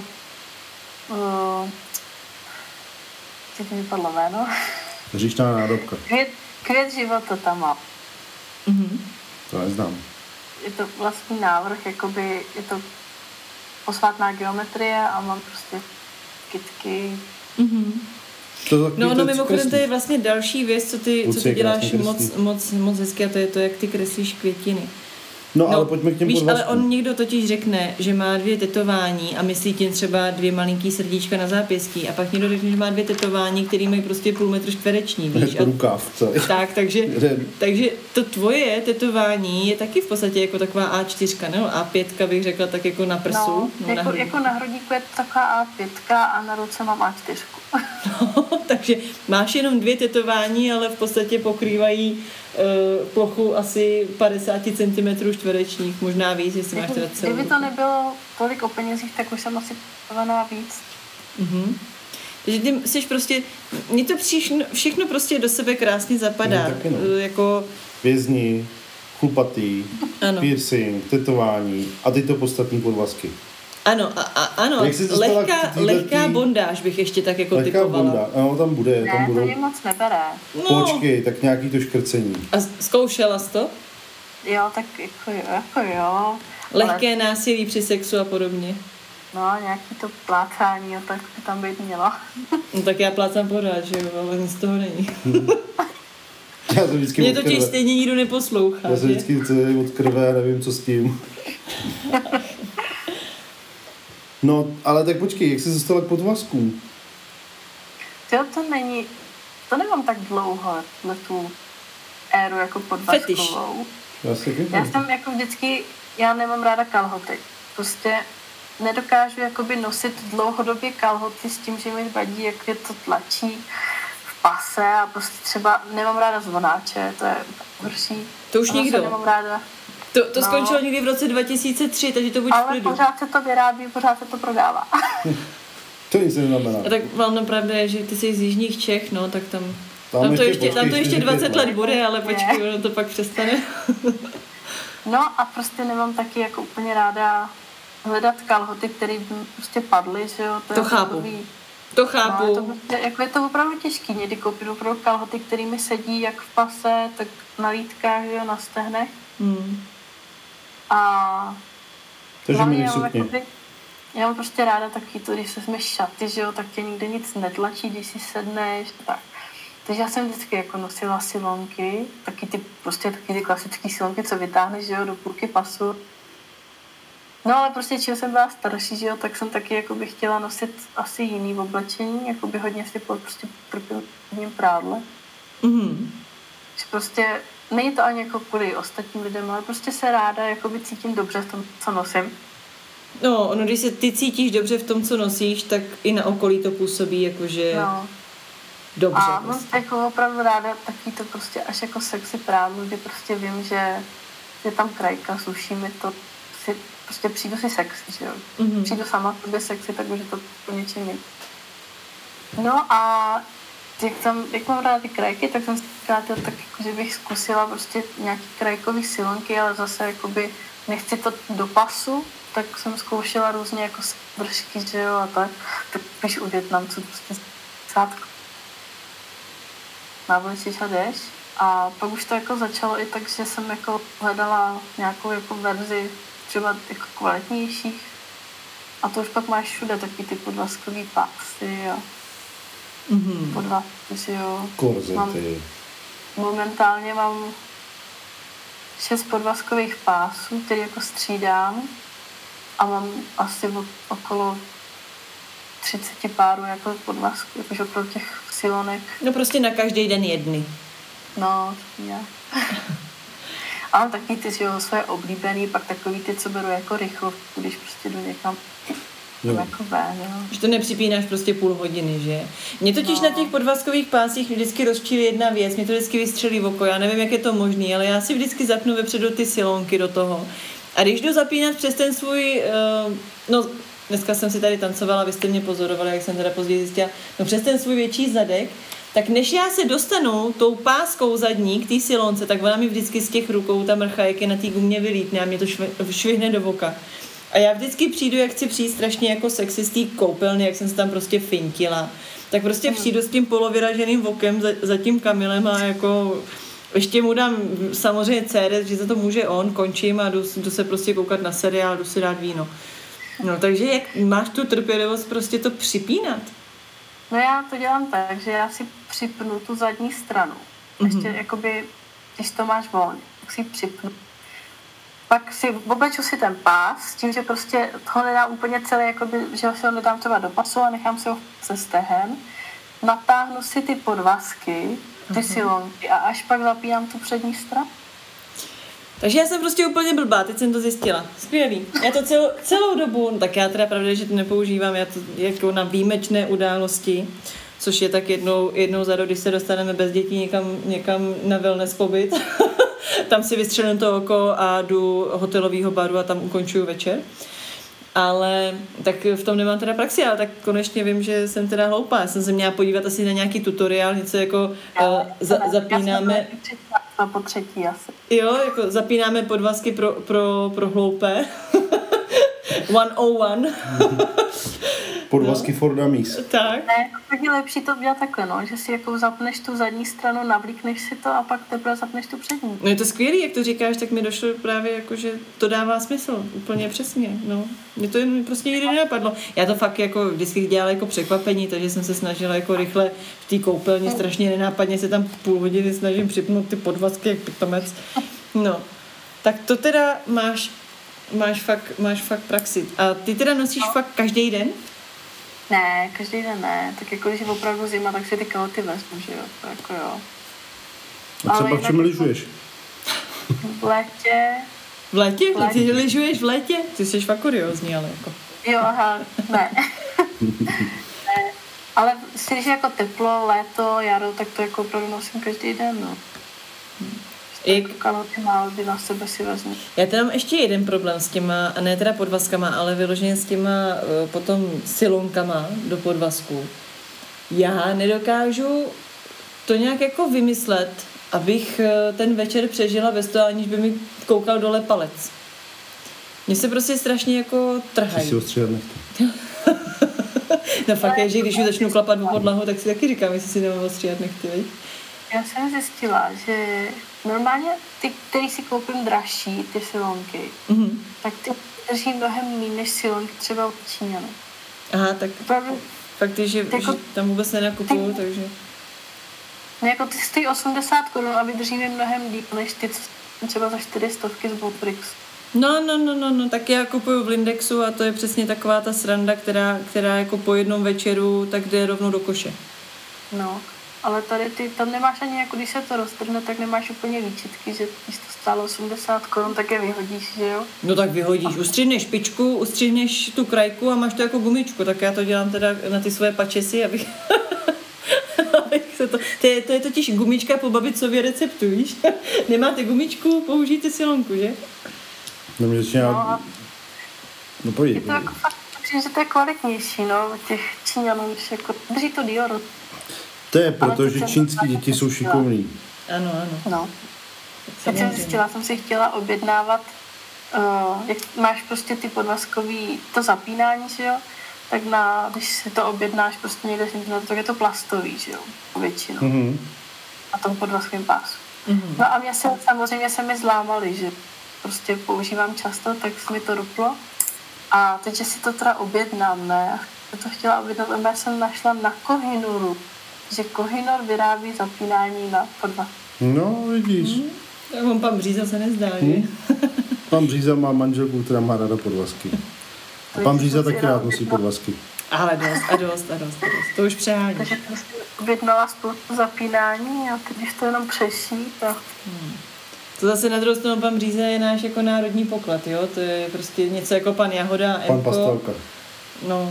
Speaker 3: Teď mi vypadlo jméno.
Speaker 2: Říšná nádobka.
Speaker 3: Květ života tam mám.
Speaker 1: Mm-hmm.
Speaker 2: To neznám.
Speaker 3: Je to vlastní návrh, jakoby je to posvátná geometrie a mám prostě kytky.
Speaker 1: Mm-hmm. No, mimochodem to je vlastně další věc, co ty děláš moc hezky, a to je to, jak ty kreslíš květiny.
Speaker 2: No, ale pojďme k těm
Speaker 1: podvazkům. Ale on někdo totiž řekne, že má 2 tetování a myslí tím třeba 2 malinký srdíčka na zápěstí a pak někdo řekne, že má 2 tetování, který mají prostě půl metru čtvereční, víš?
Speaker 2: Jako rukáv, co?
Speaker 1: Tak, takže to tvoje tetování je taky v podstatě jako taková A4, nebo A5 bych řekla, tak jako na prsu.
Speaker 3: No, jako na hrudníku je to taková A5 a na ruce mám A4.
Speaker 1: No, takže máš jenom 2 tetování, ale v podstatě pokrývají plochu asi 50 cm čtverečních, možná víc, jestli máš teda celou.
Speaker 3: Kdyby to nebylo tolik o penězích, tak už jsem asi tetovaná víc.
Speaker 1: Mm-hmm. Takže ty jsi prostě, mně to všechno prostě do sebe krásně zapadá. Jako...
Speaker 2: Vězni, chlupatý, piercing, tetování a teď to podstatní podvazky.
Speaker 1: Ano, ano. Lehká bondáž bych ještě tak jako typovala.
Speaker 2: Bonda. Ano, tam bude.
Speaker 3: Ne,
Speaker 2: tam budou...
Speaker 3: to mě moc nebere.
Speaker 2: No. Počkej, tak nějaký to škrcení.
Speaker 1: A zkoušela jsi to?
Speaker 3: Jo, tak jako jo.
Speaker 1: Lehké násilí při sexu a podobně.
Speaker 3: No, nějaký to plácání, tak by tam být mělo.
Speaker 1: No tak já plácám pořád, že jo, ale nic z toho není.
Speaker 2: Mě
Speaker 1: totiž stejně nikdo neposlouchá.
Speaker 2: Já jsem vždycky od krve a nevím, co s tím. No, ale tak počkej, jak jsi se dostala k podvazkům?
Speaker 3: To nemám tak dlouho, tu éru jako podvazkovou. Já jsem jako vždycky, já nemám ráda kalhoty. Prostě nedokážu jakoby nosit dlouhodobě kalhoty s tím, že mi vadí, jak je to tlačí v pase a prostě třeba nemám ráda zvonáče, to je horší.
Speaker 1: To už nikdo.
Speaker 3: Nemám ráda.
Speaker 1: To skončilo někdy v roce 2003, takže to buď v klidu.
Speaker 3: Ale pořád se to vyrábí, pořád se to prodává.
Speaker 2: To nic neznamená.
Speaker 1: A tak vám pravda je, že ty jsi z jižních Čech, no, tak tam to ještě 20 let bude, ale počkej, ono to pak přestane.
Speaker 3: No a prostě nemám taky jako úplně ráda hledat kalhoty, které by prostě padly, že jo.
Speaker 1: To chápu. To chápu.
Speaker 3: No, je to opravdu těžký někdy koupit opravdu kalhoty, které mi sedí jak v pase, tak na lítkách, že jo, na stehnech. A hlavně já mám prostě ráda taky to, když se vezmeš šaty, že jo, tak tě nikde nic netlačí, když si sedneš, tak. Takže já jsem vždycky jako nosila silonky, taky ty klasické silonky, co vytáhneš, že jo, do půlky pasu. No ale prostě čím jsem byla starší, že jo, tak jsem taky jako by chtěla nosit asi jiný oblečení, jako by hodně si prostě prpil v ním prádle.
Speaker 1: Mm-hmm.
Speaker 3: Že prostě není to ani jako kvůli ostatním lidem, ale prostě se ráda jakoby cítím dobře v tom, co nosím.
Speaker 1: No, ono, když se ty cítíš dobře v tom, co nosíš, tak i na okolí to působí jakože dobře.
Speaker 3: A mám jako opravdu ráda taky to prostě až jako sexy prádlo, kdy prostě vím, že je tam krajka, sluší mi to, prostě přijdu si sexy, že jo. Mm-hmm. Přijdu sama k tobě sexy, tak už je to po něčem jiný. No a jak mám ráda ty krajky, tak jsem si říkala, tak jako, že bych zkusila prostě nějaký krajkový silonky, ale zase jakoby nechci to do pasu, tak jsem zkoušela různě jako vršky, že jo, a tak když u Vietnamců prostě sádku navlečíš a jdeš. A pak už to jako začalo i tak, že jsem jako hledala nějakou jako verzi třeba jako kvalitnějších. A to už pak máš všude taky ty podvazkový pásy a podvazky, jo.
Speaker 2: Korzety.
Speaker 3: Momentálně mám 6 podvazkových pásů, který jako střídám a mám asi okolo 30 párů jako podvazků, jakože okolo těch silonek.
Speaker 1: No prostě na každý den jedny.
Speaker 3: No, já. A mám taky ty, jo, své oblíbený, pak takový ty, co beru jako rychlovku, když prostě jdu někam jako ven, jo.
Speaker 1: Že to nepřipínáš prostě půl hodiny, že? Mě totiž na těch podvazkových pásích vždycky rozčílí jedna věc, mě to vždycky vystřelí v oko, já nevím, jak je to možný, ale já si vždycky zapnu vepředu ty silonky do toho. A když jdu zapínat přes ten svůj, dneska jsem si tady tancovala, vy jste mě pozorovali, jak jsem teda později zjistila, přes ten svůj větší zadek, tak než já se dostanu tou páskou zadní k té silonce, tak ona mi vždycky z těch rukou, ta mrcha, jak je na té gumě vylítne a mě to švihne do voka. A já vždycky přijdu, jak chci přijít strašně jako sexy z té koupelny, jak jsem se tam prostě fintila, tak prostě přijdu s tím polovyraženým vokem za tím Kamilem a jako ještě mu dám samozřejmě CRS, že za to může on, končím a jdu se prostě koukat na seriál, jdu si dát víno. No takže jak máš tu trpělivost prostě to připínat?
Speaker 3: No já to dělám tak, že já si připnu tu zadní stranu. Ještě jakoby, když to máš volně, tak si připnu. Pak si obleču si ten pás s tím, že prostě ho nedám úplně celý, jakoby, že si ho nedám třeba do pasu a nechám si ho se stehem. Natáhnu si ty podvazky, ty silonky a až pak zapínám tu přední stranu.
Speaker 1: Takže já jsem prostě úplně blbá, teď jsem to zjistila. Skvělý. Já to celou dobu, no tak já teda pravda, že to nepoužívám, já to jako na výjimečné události, což je tak jednou za rok, když se dostaneme bez dětí někam na wellness pobyt. Tam si vystřelím to oko a jdu hotelovýho baru a tam ukončuju večer. Ale tak v tom nemám teda praxi, ale tak konečně vím, že jsem teda hloupá. Já jsem se měla podívat asi na nějaký tutoriál, něco jako zapínáme...
Speaker 3: A po třetí asi.
Speaker 1: Jo, jako zapínáme podvazky pro hloupé. 101.
Speaker 2: Podvazky for dummies.
Speaker 1: Tak.
Speaker 3: Ne, tak je lepší to dělat takhle, no, že si jako zapneš tu zadní stranu, navlíkneš si to a pak teprve zapneš tu přední.
Speaker 1: No je to skvělý, jak to říkáš, tak mi došlo právě jako, že to dává smysl, úplně přesně, no. Mě to jen prostě nikdy nenapadlo. Já to fakt jako vždycky dělala jako překvapení, takže jsem se snažila jako rychle v té koupelně strašně nenápadně se tam půl hodiny snažím připnout ty podvazky jak pitomec. No, tak to teda máš fakt praxi. A ty teda nosíš fakt každý den?
Speaker 3: Ne, každý den ne. Tak jako když je opravdu zima, tak si ty kalhoty vezmu, že jo. To jako jo.
Speaker 2: A třeba čím lyžuješ?
Speaker 3: V létě.
Speaker 1: V létě? Ty lyžuješ v létě? Ty jsi fakt kuriózní, ale jako.
Speaker 3: Jo, aha, ne. Ne. Ale když je jako teplo, léto, jaro, tak to jako opravdu nosím každý den, no. Jako kalhoty málo, kdy na sebe si vezmu.
Speaker 1: Já teda mám ještě jeden problém s těma, a ne teda podvazkama, ale vyloženě s těma potom silonkama do podvazku. Já nedokážu to nějak jako vymyslet, abych ten večer přežila bez toho, aniž by mi koukal dole palec. Mně se prostě strašně jako trhají.
Speaker 2: Ty si ostříhat nechty.
Speaker 1: No fakt je, že když už začnu klapat po podlahu, tak si taky říkám, jestli si nemám ostříhat nechty, veď?
Speaker 3: Já jsem zjistila, že normálně ty, který si koupím dražší, ty silonky, tak ty drží mnohem méně než silonky třeba od Číňanů.
Speaker 1: Aha, tak
Speaker 3: opravdu,
Speaker 1: fakt je, že tam vůbec nenakupuju, takže...
Speaker 3: No jako ty stojí 80 Kč a vydrží mi mnohem díl než ty, třeba za 400 z Botrix.
Speaker 1: No, tak já kupuju v Lindexu a to je přesně taková ta sranda, která jako po jednom večeru tak jde rovnou do koše.
Speaker 3: No, Ale tady ty, tam nemáš ani, jako když se to roztrhne, tak nemáš úplně výčitky, že když to stálo 80 korun, tak je vyhodíš, že jo?
Speaker 1: No tak vyhodíš, ustřihneš špičku, ustřihneš tu krajku a máš to jako gumičku, tak já to dělám teda na ty svoje pačesy, abych to je totiž gumička po babicově receptu, víš? Nemáte gumičku, použijte silonku, že?
Speaker 2: No mě začíná... No pojď.
Speaker 3: Je to jako fakt, že to je kvalitnější, no, těch Číňanů, že jako drží to díl.
Speaker 2: To je proto, že čínský děti jsou šikovný.
Speaker 1: Ano.
Speaker 3: No. Teď jsem zjistila, jsem si chtěla objednávat, jak máš prostě ty podvazkový, to zapínání, že jo, tak když si to objednáš prostě někde z internetu, tak je to plastový, že jo, většinou. Mm-hmm. Na tom podvazkovém pásu. Mm-hmm. No a samozřejmě se mi zlámaly, že prostě používám často, tak se mi to ruplo. A teď, že si to teda objednám, ne? Já to chtěla objednat, ale já jsem našla na Kohinoru, že Kohinor vyrábí zapínání na podvaz.
Speaker 2: No, vidíš.
Speaker 1: Tak on pan Bříza se nezdá, že?
Speaker 2: Pan Bříza má manželku, která má ráda podvazky. A pan Bříza taky rád nosí podvazky.
Speaker 1: Ale dost. To už přehání.
Speaker 3: Takže jsem si objednala spoustu zapínání a teď, když to jenom přešít a...
Speaker 1: To zase na druhou stranu pan Bříza je náš jako národní poklad, jo? To je prostě něco jako pan Jahoda,
Speaker 2: Pan
Speaker 1: Emko.
Speaker 2: Pastelka.
Speaker 1: No.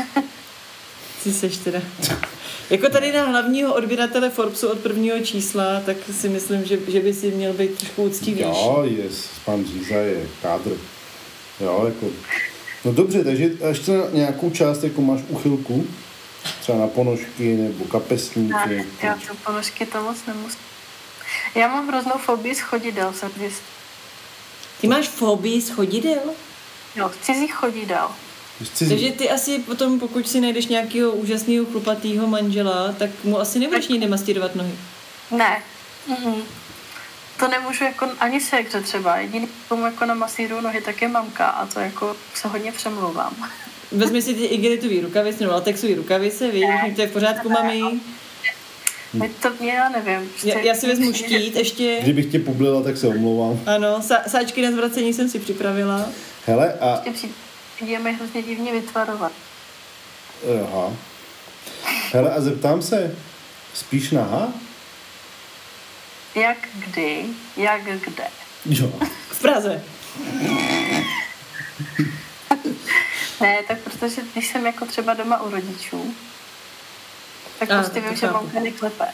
Speaker 1: Ty seš teda. Jako tady na hlavního odběratele Forbesu od prvního čísla, tak si myslím, že by si měl být trošku úctivější.
Speaker 2: Jo, pan Bříza je kádr. Jo, jako... No dobře, takže ještě na nějakou část jako máš uchylku, třeba na ponožky nebo kapesníky.
Speaker 3: Ne, já to ponožky to moc nemusím. Já mám hroznou fobii z chodidel,
Speaker 1: Ty máš fobii z chodidel?
Speaker 3: Jo, z cizích chodidel.
Speaker 1: Takže ty asi potom, pokud si najdeš nějakého úžasného chlupatýho manžela, tak mu asi nebudeš nikde mastírovat nohy.
Speaker 3: Ne. To nemůžu jako ani sekře třeba. Jediný, komu jako namasíruju nohy, tak je mamka a to jako se hodně přemlouvám.
Speaker 1: Vezmi si ty igelitový rukavice nebo latexový rukavice, víš, to je v pořádku, mami.
Speaker 3: Já nevím.
Speaker 1: Já si vezmu štít ještě.
Speaker 2: Kdybych tě poblila, tak se omlouvám.
Speaker 1: Ano, sáčky na zvracení jsem si připravila.
Speaker 2: Hele, a...
Speaker 3: Jdeme hrozně divně vytvarovat.
Speaker 2: Aha. Hele, a zeptám se, spíš nahá?
Speaker 3: Jak kdy, jak kde?
Speaker 2: Jo.
Speaker 1: V Praze.
Speaker 3: Ne, tak protože když jsem jako třeba doma u rodičů, tak prostě vím, že mamka neklepe.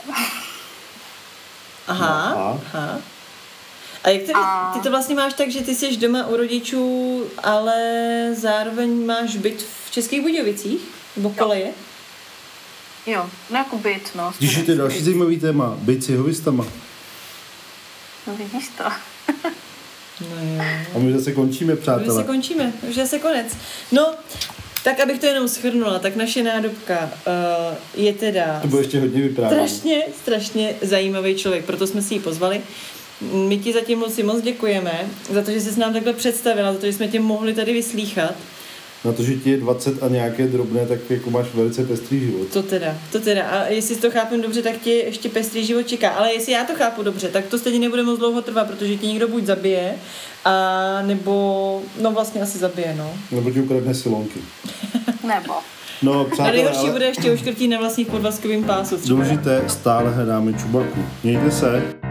Speaker 1: Aha. A jak ty to vlastně máš tak, že ty jsi doma u rodičů, ale zároveň máš byt v Českých Budějovicích? Nebo koleje?
Speaker 3: Jo, no jako byt, no.
Speaker 2: Když je to další zajímavý téma, byt s jehovistama.
Speaker 3: No vidíš to.
Speaker 1: No jo.
Speaker 2: A my zase končíme, přátelé.
Speaker 1: Už zase konec. No, tak abych to jenom shrnula, tak naše nádobka je teda...
Speaker 2: To bude ještě hodně vyprávět.
Speaker 1: Strašně zajímavý člověk, proto jsme si ji pozvali. My ti zatím moc děkujeme za to, že jsi nám takhle představila, za to, že jsme tě mohli tady vyslýchat.
Speaker 2: Na to, že ti je 20 a nějaké drobné, tak jako máš velice pestrý život.
Speaker 1: To teda. A jestli to chápem dobře, tak ti ještě pestrý život čeká. Ale jestli já to chápu dobře, tak to stejně nebude moc dlouho trvat, protože ti někdo buď zabije, a nebo, no vlastně asi zabije, no.
Speaker 2: Nebo ti ukradne silonky.
Speaker 3: Nebo.
Speaker 2: No, přátelé,
Speaker 1: a nejhorší bude ještě uškrtí na vlastních podvazkovým pásu.
Speaker 2: Důležité, stále hledáme čubaku. Mějte se.